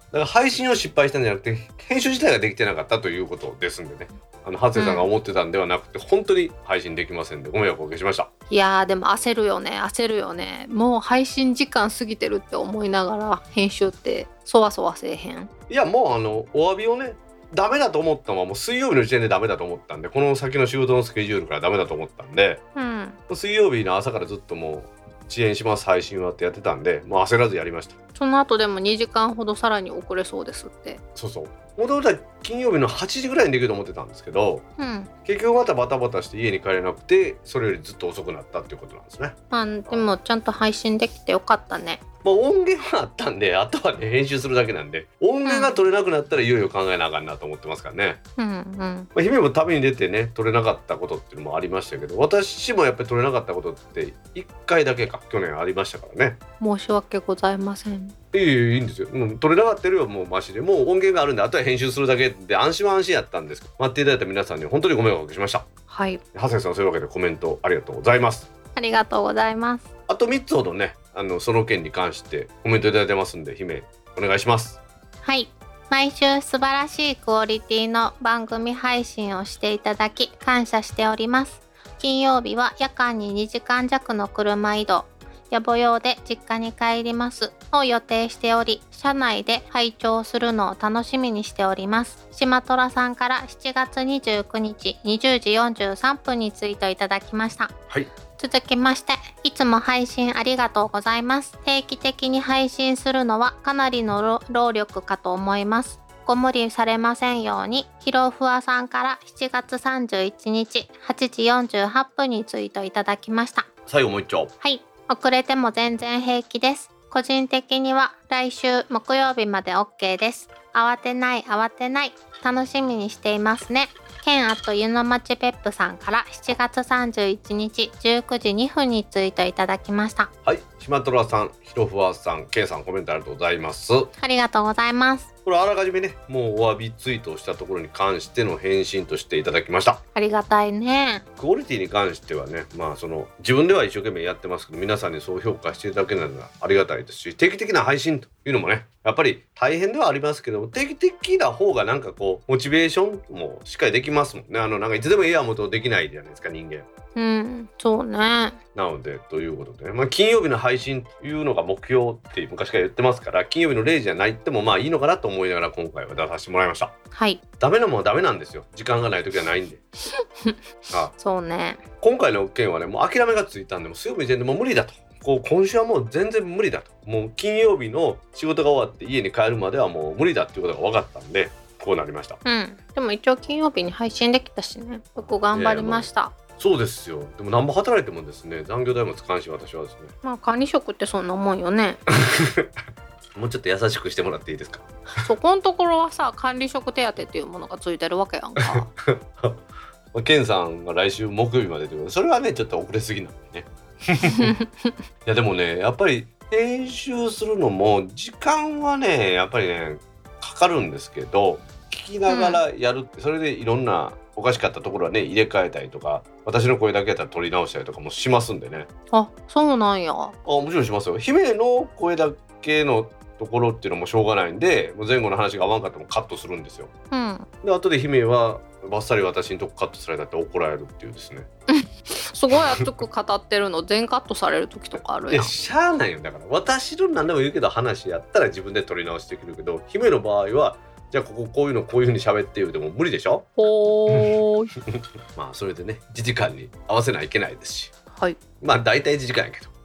から配信を失敗したんじゃなくて編集自体ができてなかったということですんでね、ハセさんが思ってたんではなくて、本当に配信できませんでご迷惑をおかけしました。 いやーでも焦るよね。もう配信時間過ぎてるって思いながら編集ってそわそわせえへん？ いやもうお詫びをね、ダメだと思ったのはもう水曜日の時点でダメだと思ったんで、この先の仕事のスケジュールからダメだと思ったんで、水曜日の朝からずっともう遅延します配信はってやってたんで、もう焦らずやりました。 その後でも2時間ほどさらに遅れそうですって。 そうもともとは金曜日の8時ぐらいにできると思ってたんですけど、結局またバタバタして家に帰れなくて、それよりずっと遅くなったっていうことなんですね。 でもちゃんと配信できてよかったね。 音源はあったんで、あとはね編集するだけなんで、音源が取れなくなったらいよいよ考えなあかんなと思ってますからね。姫も旅に出てね取れなかったことっていうのもありましたけど、私もやっぱり取れなかったことって1回だけか去年ありましたからね。 申し訳ございません。 いいんですよ、取れなかったよりはもうマシで、もう音源があるんであとは編集するだけで安心は安心やったんですけど、待っていただいた皆さんに本当にご迷惑をおかけしました。 はい。 長谷さん、そういうわけでコメントありがとうございます。 ありがとうございます。 あと3つほどねその件に関してコメントいただいてますんで、姫お願いします。 はい。毎週素晴らしいクオリティの番組配信をしていただき感謝しております。金曜日は夜間に2時間弱の車移動、野暮用で実家に帰りますを予定しており、車内で拝聴するのを楽しみにしております。島虎さんから7月29日20時43分にツイートいただきました。 はい。 続きまして、いつも配信ありがとうございます。定期的に配信するのはかなりの労力かと思います。ご無理されませんように。ひろふわさんから7月31日8時48分にツイートいただきました。 最後もう一丁。 はい。遅れても全然平気です。個人的には来週木曜日まで OK です。慌てない。楽しみにしていますね。ケン湯の町ペップさんから7月31日19時2分にツイートいただきました。 はい。島虎さん、ひろふわさん、ケンさん、コメントありがとうございます。 ありがとうございます。 これあらかじめね、もうお詫びツイートをしたところに関しての返信としていただきました。 ありがたいね。 クオリティに関してはね、自分では一生懸命やってますけど、皆さんにそう評価していただけるのはありがたいですし、定期的な配信というのもね、やっぱり大変ではありますけど、定期的な方がなんかこうモチベーションもしっかりできますもんね。なんかいつでもいいやもとできないじゃないですか、人間。 そうね。 なのでということで、金曜日の配信というのが目標って昔から言ってますから、金曜日の0時じゃないってもいいのかなと思いながら今回は出させてもらいました。 はい。 ダメなもんはダメなんですよ。時間がない時はないんで。 そうね。 今回の件はね、もう諦めがついたんで、もう水曜日全然もう無理だと。今週はもう全然無理だと。もう金曜日の仕事が終わって家に帰るまではもう無理だっていうことが分かったんで、こうなりました。 でも一応金曜日に配信できたしね。よく頑張りました。 そうですよ。でも何ぼ働いてもですね、残業代も使うし、私はですね。 管理職ってそんなもんよね。 もうちょっと優しくしてもらっていいですか。 そこのところはさ、管理職手当っていうものがついてるわけやんか。 ケンさんが来週木曜日までということで、それはねちょっと遅れすぎなんでね。いやでもね、やっぱり編集するのも時間はねやっぱりねかかるんですけど、聞きながらやるって、それでいろんなおかしかったところはね入れ替えたりとか、私の声だけやったら取り直したりとかもしますんでね。 あ、そうなんや。 もちろんしますよ。姫の声だけのところっていうのもしょうがないんで、もう前後の話が合わんかってもカットするんですよ。で後で姫はバッサリ私にとこカットされたって怒られるっていうですね。 すごい熱く語ってるの全カットされる時とかあるやん。 いやしゃあないよ。だから私の何でも言うけど、話やったら自分で撮り直しできるけど、姫の場合はじゃあこういうのこういう風に喋って言うても無理でしょ。 ほーい。 それでね1時間に合わせないといけないですし、 はい。 大体1時間やけど。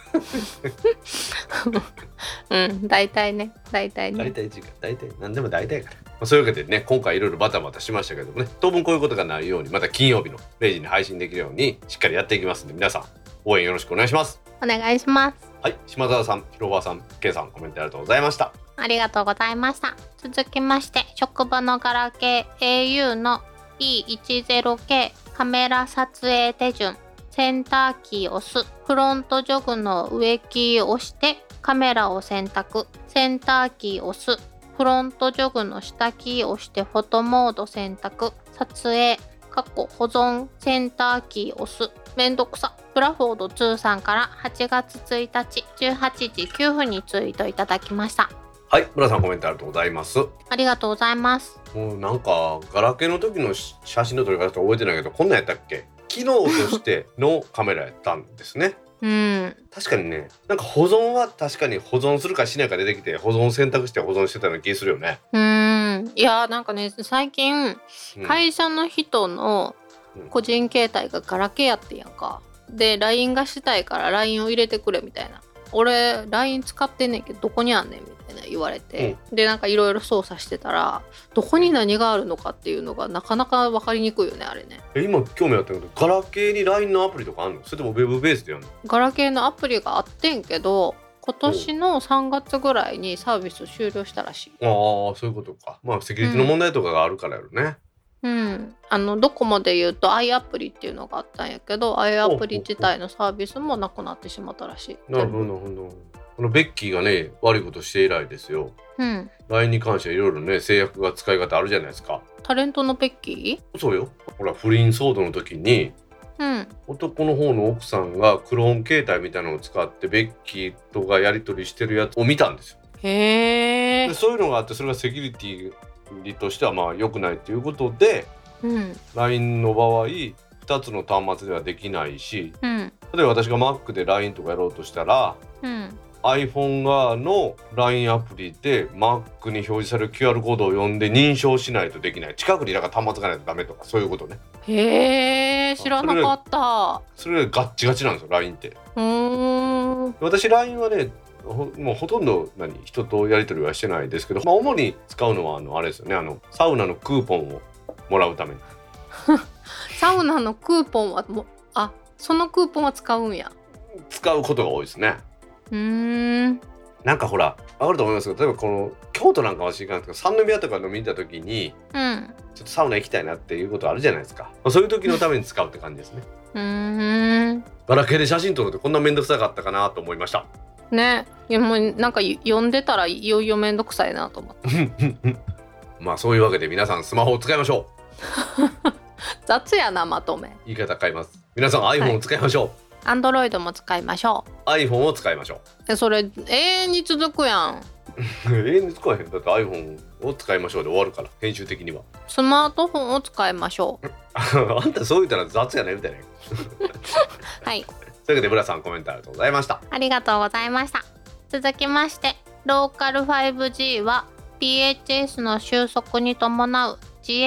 大体ね。 大体時間、大体何でも大体やから。そういうわけでね、今回いろいろバタバタしましたけどもね、当分こういうことがないように、また金曜日の0時に配信できるようにしっかりやっていきますんで、皆さん応援よろしくお願いします。 お願いします。 はい、島澤さん、ひろばさん、けいさん、コメントありがとうございました。 ありがとうございました。続きまして、職場のガラケー au の E10K カメラ撮影手順。センターキーを押す。フロントジョグの上キーを押してカメラを選択。センターキーを押す。フロントジョグの下キーを押してフォトモード選択。撮影。保存。センターキーを押す。めんどくさ。ブラフォード2さんから8月1日18時9分にツイートいただきました。 はい、村さんコメントありがとうございます。 ありがとうございます。 もうなんかガラケーの時の写真の撮り方とか覚えてないけど、こんなんやったっけ？機能としてのカメラやったんですね。確かにね、なんか保存は確かに保存するかしないか出てきて、保存選択して保存してたような気するよね。 いやなんかね、最近、会社の人の個人携帯がガラケーやってんやんか。で LINE がしたいから LINE を入れてくれみたいな。俺 LINE 使ってんねんけどどこにあんねんみたいな言われて、でなんかいろいろ操作してたらどこに何があるのかっていうのがなかなか分かりにくいよね、あれね。 今興味あったけど、ガラケーに LINE のアプリとかあるの？それともウェブベースでやるの？ ガラケーのアプリがあってんけど、今年の3月ぐらいにサービス終了したらしい。 ああ、そういうことか。まあセキュリティの問題とかがあるからやろね。 ドコモで言うと i アプリっていうのがあったんやけど、 i アプリ自体のサービスもなくなってしまったらしい。 なるほどなるほど。このベッキーがね悪いことして以来ですよ。LINE に関してはいろいろね制約が使い方あるじゃないですか。 タレントのベッキー？ そうよ。ほら不倫騒動の時に、男の方の奥さんがクローン携帯みたいなのを使ってベッキーとがやり取りしてるやつを見たんですよ。 へー。 でそういうのがあって、それがセキュリティとしてはまあ良くないということで、LINE の場合2つの端末ではできないし、例えば私が Mac で LINE とかやろうとしたら、iPhone 側の LINE アプリで Mac に表示される QR コードを読んで認証しないとできない。近くにだから端末がないとダメとか、そういうことね。 へー、知らなかった。 それがガッチガチなんですよ LINE って。私 LINE はねもうほとんど人とやり取りはしてないですけど、主に使うのはあれですよね、サウナのクーポンをもらうためにサウナのクーポンはそのクーポンは使うんや。 使うことが多いですね。なんかほら分かると思いますけど、例えばこの京都なんかは知らないですけど、三宮とか飲みに行った時に、ちょっとサウナ行きたいなっていうことあるじゃないですか。そういう時のために使うって感じですね。ガラケーで写真撮るってこんなめんどくさかったかなと思いましたね。 いやもうなんか読んでたらいよいよめんどくさいなと思ってまあそういうわけで皆さんスマホを使いましょう雑やなまとめ。 言い方変えます。皆さん iPhone を使いましょう。 Android も使いましょう。iPhone を使いましょう。それ永遠に続くやん永遠に使えへん。だって iPhone を使いましょうで終わるから、編集的には。 スマートフォンを使いましょうあんたそう言ったら雑やねみたいなはい。 というわけでブラさんコメントありがとうございました。 ありがとうございました。続きましてローカル 5G は PHS の収束に伴う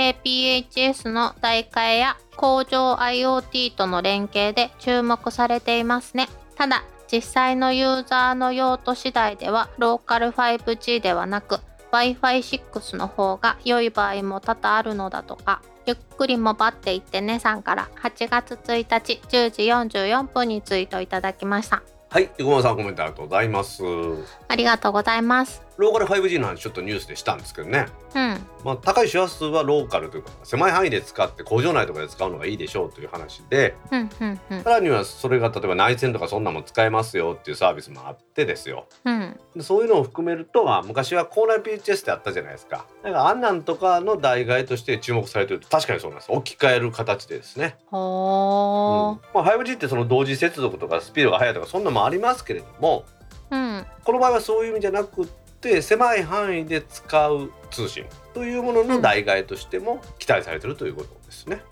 GAPHS の代替えや工場 IoT との連携で注目されていますね。ただ実際のユーザーの用途次第ではローカル 5G ではなく Wi-Fi6 の方が良い場合も多々あるのだとか。ゆっくりもばっていってねさんから8月1日10時44分にツイートいただきました。 はい、横間さんコメントありがとうございます。 ありがとうございます。 ローカル 5G の話ちょっとニュースでしたんですけどね、高い周波数はローカルというか狭い範囲で使って工場内とかで使うのがいいでしょうという話で、さらにはそれが例えば内線とかそんなも使えますよっていうサービスもあってですよ、でそういうのを含めると、昔は校内 PHS ってあったじゃないですか。だからあんなんとかの代替えとして注目されてると確かにそうなんです。置き換える形でですね。5G ってその同時接続とかスピードが速いとかそんなもありますけれども、この場合はそういう意味じゃなくって狭い範囲で使う通信というものの代替えとしても期待されているということですね。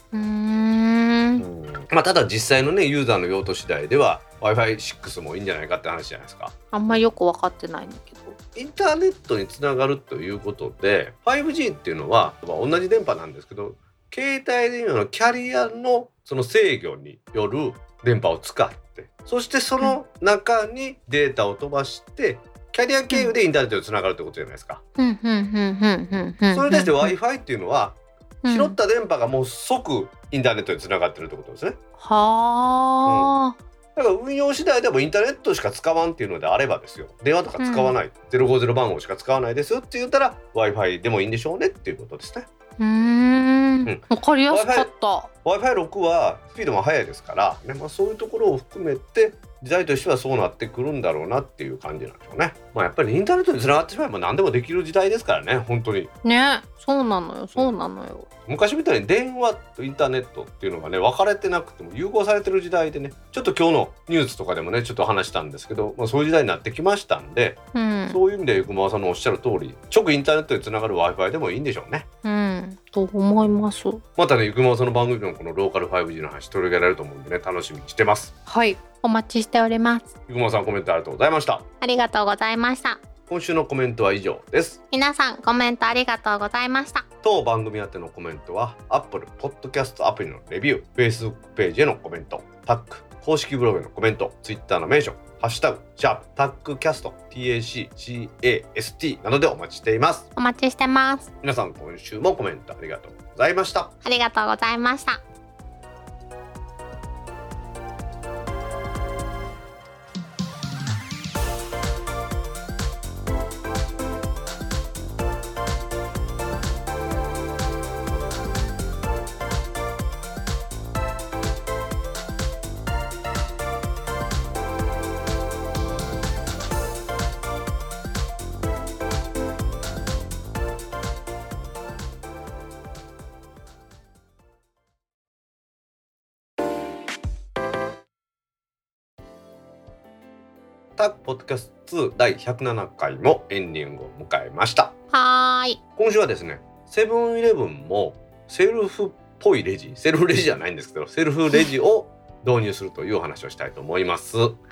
ただ実際のねユーザーの用途次第では Wi-Fi6 もいいんじゃないかって話じゃないですか。 あんまりよく分かってないんだけど、 インターネットにつながるということで 5G っていうのは同じ電波なんですけど、携帯電話のキャリアのその制御による電波を使って、そしてその中にデータを飛ばしてキャリア経由でインターネットにつながるってことじゃないですか。それに対して Wi-Fi っていうのは拾った電波がもう即インターネットにつながってるってことですね。だから運用次第でもインターネットしか使わんっていうのであればですよ、電話とか使わない、050番号しか使わないですよって言ったら Wi-Fi でもいいんでしょうねっていうことですね。 わかりやすかった。 Wi-Fi6 はスピードも速いですから、そういうところを含めて時代としてはそうなってくるんだろうなっていう感じなんでしょうね。やっぱりインターネットにつながってしまえば何でもできる時代ですからね、本当にね。そうなのよ。 昔みたいに電話とインターネットっていうのがね分かれてなくても融合されてる時代でね、ちょっと今日のニュースとかでもねちょっと話したんですけど、そういう時代になってきましたんで、そういう意味で生駒さんのおっしゃる通り直インターネットにつながる Wi-Fi でもいいんでしょうね。 と思います。 またね生駒さんの番組のこのローカル 5G の話取り上げられると思うんでね、楽しみにしてます。 はい、お待ちしております。 生駒さんコメントありがとうございました。 ありがとうございました。 今週のコメントは以上です。 皆さんコメントありがとうございました。 当番組宛てのコメントは Apple Podcast アプリのレビュー、Facebook ページへのコメント、タック公式ブログへのコメント、Twitter のメンション、ハッシュタグタックキャスト TACCAST などでお待ちしています。 お待ちしてます。 皆さん今週もコメントありがとうございました。 ありがとうございました。 タックポッドキャスト2第107回もエンディングを迎えました。 はーい。 今週はですね、セブンイレブンもセルフっぽいレジ、セルフレジじゃないんですけど、セルフレジを導入するというお話をしたいと思います。 はい。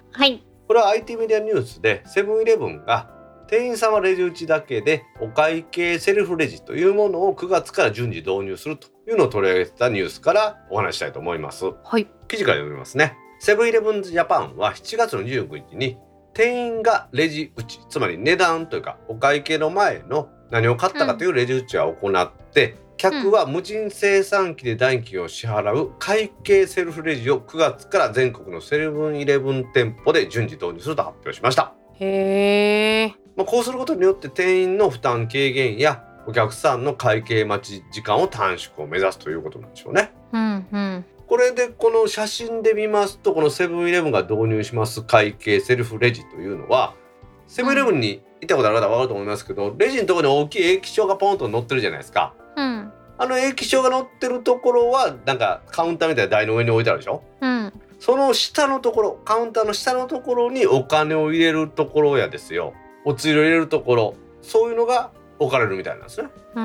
これは IT メディアニュースでセブンイレブンが店員さんはレジ打ちだけでお会計セルフレジというものを9月から順次導入するというのを取り上げたニュースからお話したいと思います。 はい。 記事から読みますね。セブンイレブンジャパンは7月の29日に店員がレジ打ち、つまり値段というかお会計の前の何を買ったかというレジ打ちを行って、客は無人精算機で代金を支払う会計セルフレジを9月から全国のセブンイレブン店舗で順次導入すると発表しました。 へー。 こうすることによって店員の負担軽減やお客さんの会計待ち時間を短縮を目指すということなんでしょうね。これでこの写真で見ますと、このセブンイレブンが導入します会計セルフレジというのは、セブンイレブンに行ったことある方は分かると思いますけど、レジのところに大きい液晶がポンと載ってるじゃないですか。あの液晶が載ってるところはなんかカウンターみたいな台の上に置いてあるでしょ。その下のところ、カウンターの下のところにお金を入れるところやですよ、お釣りを入れるところ、そういうのが置かれるみたいなんですね。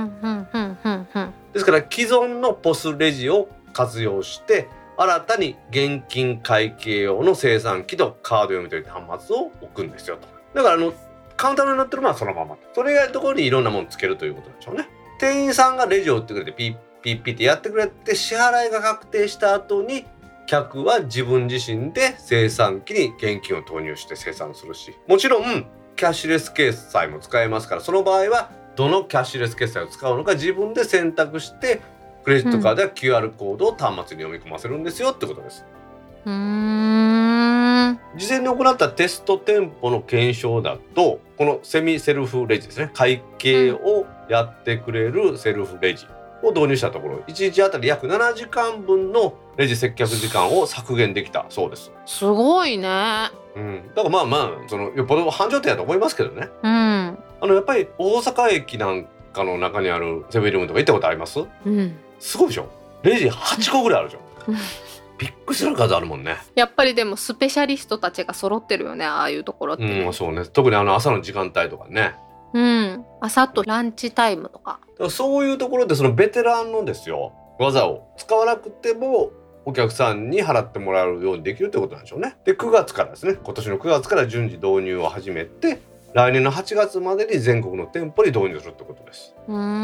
ですから既存のポスレジを活用して新たに現金会計用の精算機とカード読み取り端末を置くんですよと。だからカウンターに載ってるのはそのまま、それ以外のところにいろんなものつけるということなんでしょうね。店員さんがレジを打ってくれてピッピッピッってやってくれて、支払いが確定した後に客は自分自身で精算機に現金を投入して精算するし、もちろんキャッシュレス決済も使えますから、その場合はどのキャッシュレス決済を使うのか自分で選択して、クレジットカードや QR コードを端末に読み込ませるんですよってことです。事前に行ったテスト店舗の検証だと、このセミセルフレジですね、会計をやってくれるセルフレジを導入したところ、1日あたり約7時間分のレジ接客時間を削減できたそうです。 すごいね。 だからよっぽど繁盛店だと思いますけどね。やっぱり大阪駅なんかの中にあるセブンイレブンとか行ったことあります？すごいでしょ。レジ8個ぐらいあるでしょ。びっくりする数あるもんね。 やっぱりでもスペシャリストたちが揃ってるよね、ああいうところって。 そうね。特に朝の時間帯とかね。 朝とランチタイムとか。 そういうところでそのベテランのですよ、技を使わなくてもお客さんに払ってもらうようにできるということなんでしょうね。で9月からですね、今年の9月から順次導入を始めて、来年の8月までに全国の店舗に導入するってことです。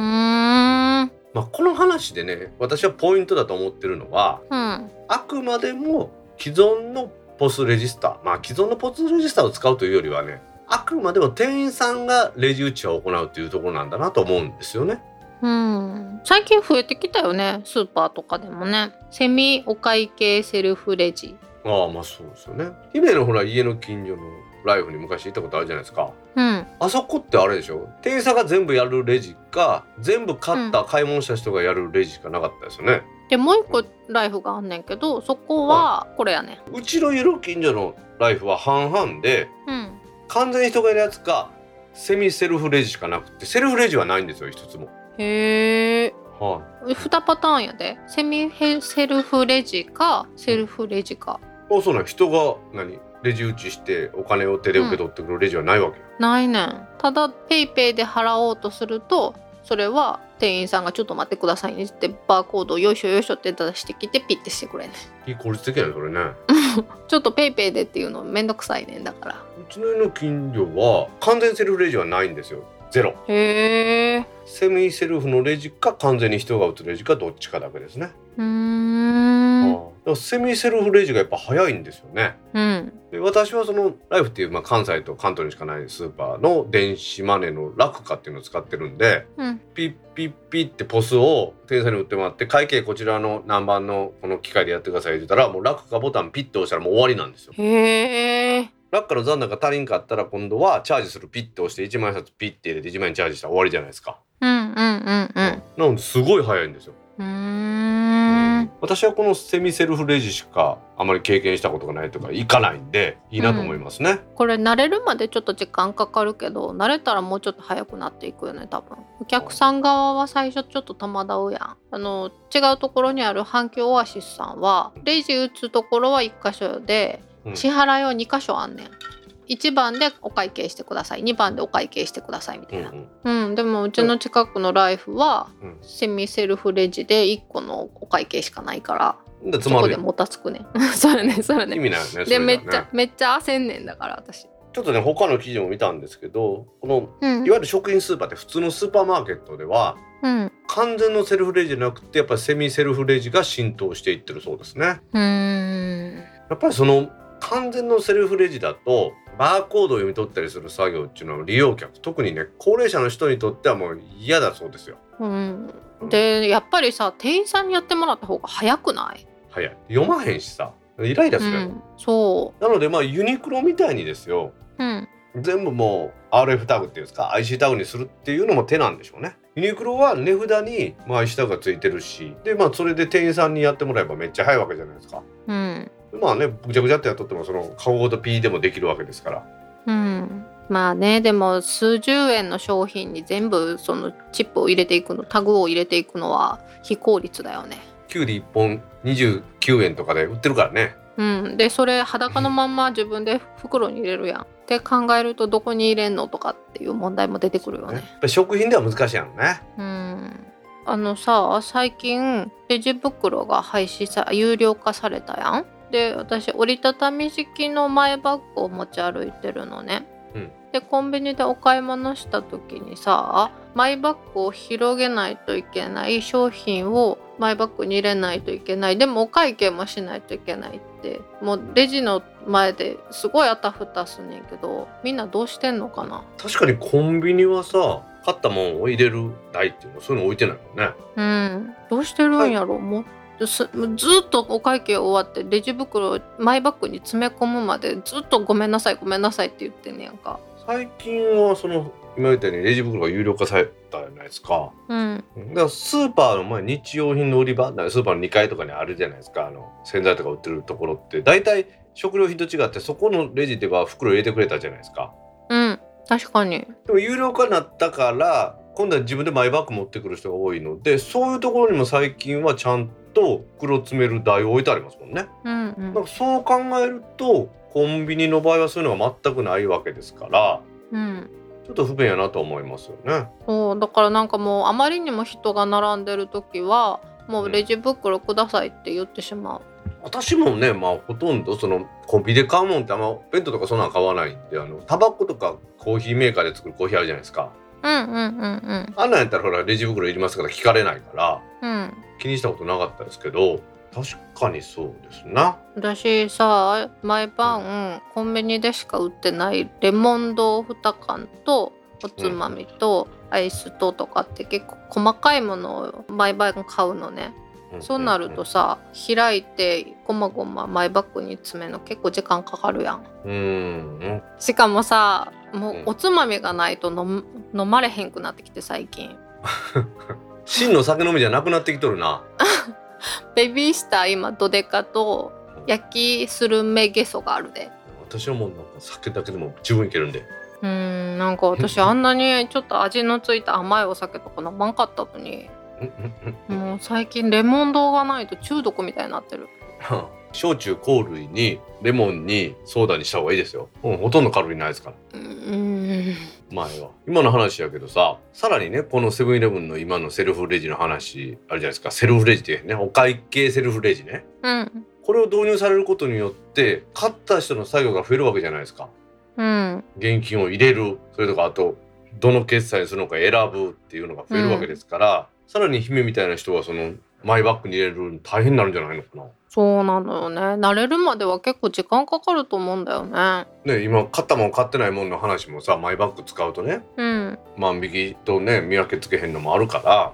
この話でね、私はポイントだと思ってるのは、あくまでも既存のポスレジスター、既存のポスレジスターを使うというよりはね、あくまでも店員さんがレジ打ちを行うというところなんだなと思うんですよね。最近増えてきたよね、スーパーとかでもね。セミお会計セルフレジ。そうですよね。姫の家の近所のライフに昔行ったことあるじゃないですか。あそこってあれでしょ、店員さんが全部やるレジか、全部買い物した人がやるレジしかなかったですよね。 でもう一個ライフがあんねんけど、そこはこれやねん。 うちのゆる近所のライフは半々で、完全に人がいるやつかセミセルフレジしかなくて、セルフレジはないんですよ一つも。 へえ。2パターンやで。セミセルフレジかセルフレジか。 そうなん、人がレジ打ちしてお金を手で受け取ってくるレジはないわけよ。 ないねん。ただペイペイで払おうとすると、それは店員さんがちょっと待ってくださいねってバーコードをよいしょよいしょって出してきてピッてしてくれんねん。 いい効率的やねそれね。 ちょっとペイペイでっていうのめんどくさいねんだから。 うちの近所は完全セルフレジはないんですよ。ゼロ。 へえ。 セミセルフのレジか完全に人が打つレジかどっちかだけですね。セミセルフレジがやっぱ早いんですよね。で私はそのライフっていう、関西と関東にしかないスーパーの電子マネーのラクカっていうのを使ってるんで、ピッピッピッってポスを店員さんに売ってもらって、会計こちらの何番のこの機械でやってくださいって言ったら、もうラクカボタンピッと押したらもう終わりなんですよ。 へえ。 ラッカの残高が足りんかったら今度はチャージするピッて押して1万円札ピッて入れて1万円チャージしたら終わりじゃないですか。なのですごい早いんですよ。私はこのセミセルフレジしかあまり経験したことがないとか行かないんでいいなと思いますね。 これ慣れるまでちょっと時間かかるけど、慣れたらもうちょっと早くなっていくよね多分。お客さん側は最初ちょっと戸惑うやん。違うところにある阪急オアシスさんはレジ打つところは1箇所で、支払いは2箇所あんねん。1番でお会計してください、2番でお会計してくださいみたいな。でもうちの近くのライフは、セミセルフレジで1個のお会計しかないから、そこでもたつくねん。それね意味ないよね。 でめっちゃ焦んねんだから私。 ちょっとね他の記事も見たんですけど、この、いわゆる食品スーパーって普通のスーパーマーケットでは、完全のセルフレジじゃなくてやっぱりセミセルフレジが浸透していってるそうですね。やっぱりその完全のセルフレジだとバーコードを読み取ったりする作業っていうのは利用客、特にね高齢者の人にとってはもう嫌だそうですよ。でやっぱりさ、店員さんにやってもらった方が早くない？早い。読まへんしさ、イライラするやろ。そうなのでユニクロみたいにですよ、全部もう RF タグっていうんですか IC タグにするっていうのも手なんでしょうね。ユニクロは値札にIC タグがついてるし、でそれで店員さんにやってもらえばめっちゃ早いわけじゃないですか。ぐちゃぐちゃってやっとってもそのカゴごと P でもできるわけですから。 でも数十円の商品に全部そのチップを入れていくの、タグを入れていくのは非効率だよね。 キュウリ1本29円とかで売ってるからね。 でそれ裸のまんま自分で袋に入れるやんって考えると、どこに入れんのとかっていう問題も出てくるよね。 やっぱ食品では難しいやろね。 最近レジ袋が有料化されたやん。で私折りたたみ式のマイバッグを持ち歩いてるのね。でコンビニでお買い物した時にさ、マイバッグを広げないといけない、商品をマイバッグに入れないといけない、でもお会計もしないといけないって、もうレジの前ですごいあたふたすんねんけど、みんなどうしてんのかな。 確かにコンビニはさ、買ったもんを入れる台っていうの、そういうの置いてないもんね。 どうしてるんやろ。もうずっとお会計終わってレジ袋をマイバッグに詰め込むまでずっとごめんなさいごめんなさいって言ってんねやんか。 最近は今言ったようにレジ袋が有料化されたじゃないですか。だからスーパーの日用品の売り場、スーパーの2階とかにあるじゃないですか。洗剤とか売ってるところって大体食料品と違って、そこのレジでは袋入れてくれたじゃないですか。確かに。でも有料化になったから今度は自分でマイバッグ持ってくる人が多いので、そういうところにも最近はちゃんと袋詰める台を置いてありますもんね。だからそう考えるとコンビニの場合はそういうのが全くないわけですから、ちょっと不便やなと思いますよね。 そうだからもうあまりにも人が並んでる時はもうレジ袋くださいって言ってしまう。 私もね、ほとんどコンビニで買うもんって弁当とかそんなの買わないんで、タバコとかコーヒーメーカーで作るコーヒーあるじゃないですか。あんなんやったらほらレジ袋いりますから聞かれないから、気にしたことなかったですけど、確かにそうですな。 私さ、毎晩コンビニでしか売ってないレモン豆腐2缶とおつまみとアイスとかって結構細かいものを毎晩買うのね。そうなるとさ、開いてごまごまマイバッグに詰めるの結構時間かかるやん。しかもさ、もうおつまみがないと飲まれへんくなってきて最近。 真の酒飲みじゃなくなってきとるな。 ベビースター今ドデカと焼きスルメゲソがあるで。 私はもうなんか酒だけでも十分いけるんで。 なんか私あんなにちょっと味のついた甘いお酒とか飲まんかったのにもう最近レモン堂がないと中毒みたいになってる。 焼酎香類にレモンにソーダにした方がいいですよ。ほとんどカロリーないですから。前は今の話やけどさ、さらにねこのセブンイレブンの今のセルフレジの話あるじゃないですか。セルフレジってね、お会計セルフレジね、これを導入されることによって買った人の作業が増えるわけじゃないですか。現金を入れる、それとかあとどの決済するのか選ぶっていうのが増えるわけですから、さらに姫みたいな人はそのマイバッグに入れるの大変になるんじゃないのかな。 そうなのよね。慣れるまでは結構時間かかると思うんだよね。 今買ったもん買ってないもんの話もさ、マイバッグ使うとね、万引きとね見分けつけへんのもあるから、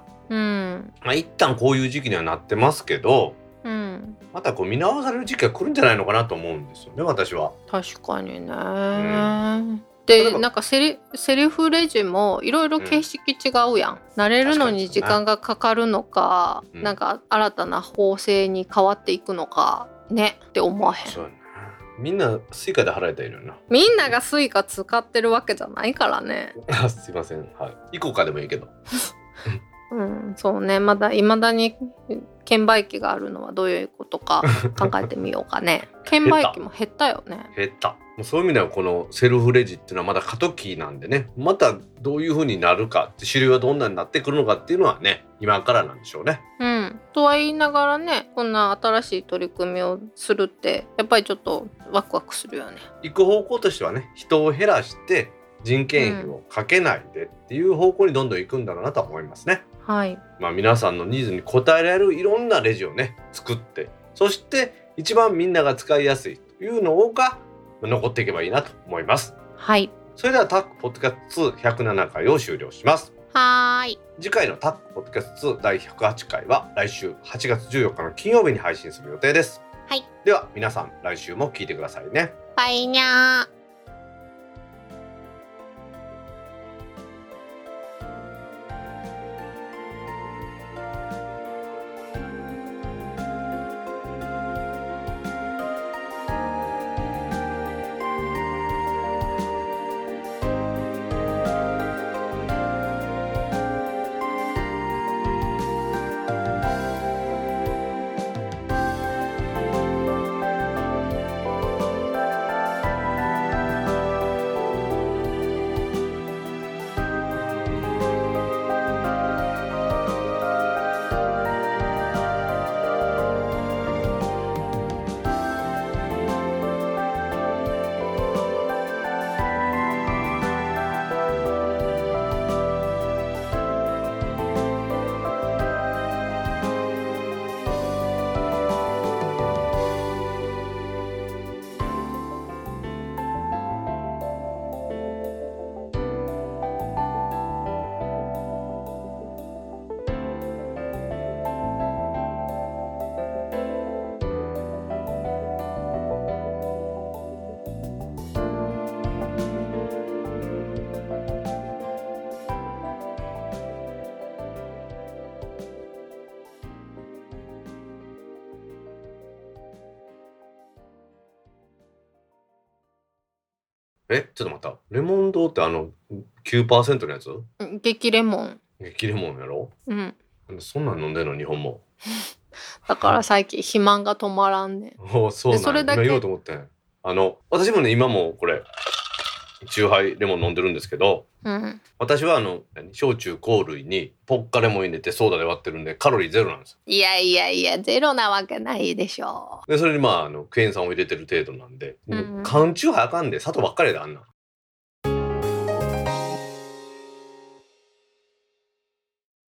一旦こういう時期にはなってますけど、またこう見直される時期が来るんじゃないのかなと思うんですよね、私は。 確かにね。でなんかセルフレジもいろいろ形式違うやん。慣れるのに時間がかかるのか、なんか新たな法制に変わっていくのかねって思わへん。 そうね。みんなスイカで払えたらいいのにな。 みんながスイカ使ってるわけじゃないからね。 すいません。はい。イコカでもいいけど。 そうね。まだ未だに券売機があるのはどういうことか考えてみようかね。券売機も減ったよね。 減った。そういう意味ではこのセルフレジっていうのはまだ過渡期なんでね、またどういう風になるか、主流はどんなになってくるのかっていうのはね、今からなんでしょうね。 とは言いながらね、こんな新しい取り組みをするってやっぱりちょっとワクワクするよね。 行く方向としてはね、人を減らして人件費をかけないでっていう方向にどんどん行くんだろうなと思いますね。皆さんのニーズに応えられるいろんなレジをね作って、そして一番みんなが使いやすいというのが残っていけばいいなと思います。それではタックポッドキャスト207回を終了します。次回のタックポッドキャスト第108回は来週8月14日の金曜日に配信する予定です。では皆さん来週も聞いてくださいね。 バイニャー。 ちょっと待った。レモン堂って9% のやつ？ 激レモン。 激レモンやろ？そんなん飲んでんの日本も。 だから最近肥満が止まらんね。 そうなん。それだけ今言おうと思って。私もね今もこれチューハイレモン飲んでるんですけど、私は焼酎香類にポッカレモン入れてソーダで割ってるんでカロリーゼロなんですよ。 いやゼロなわけないでしょ。 でそれにクエン酸を入れてる程度なんで、缶チューハイあかんで砂糖ばっかりであんな。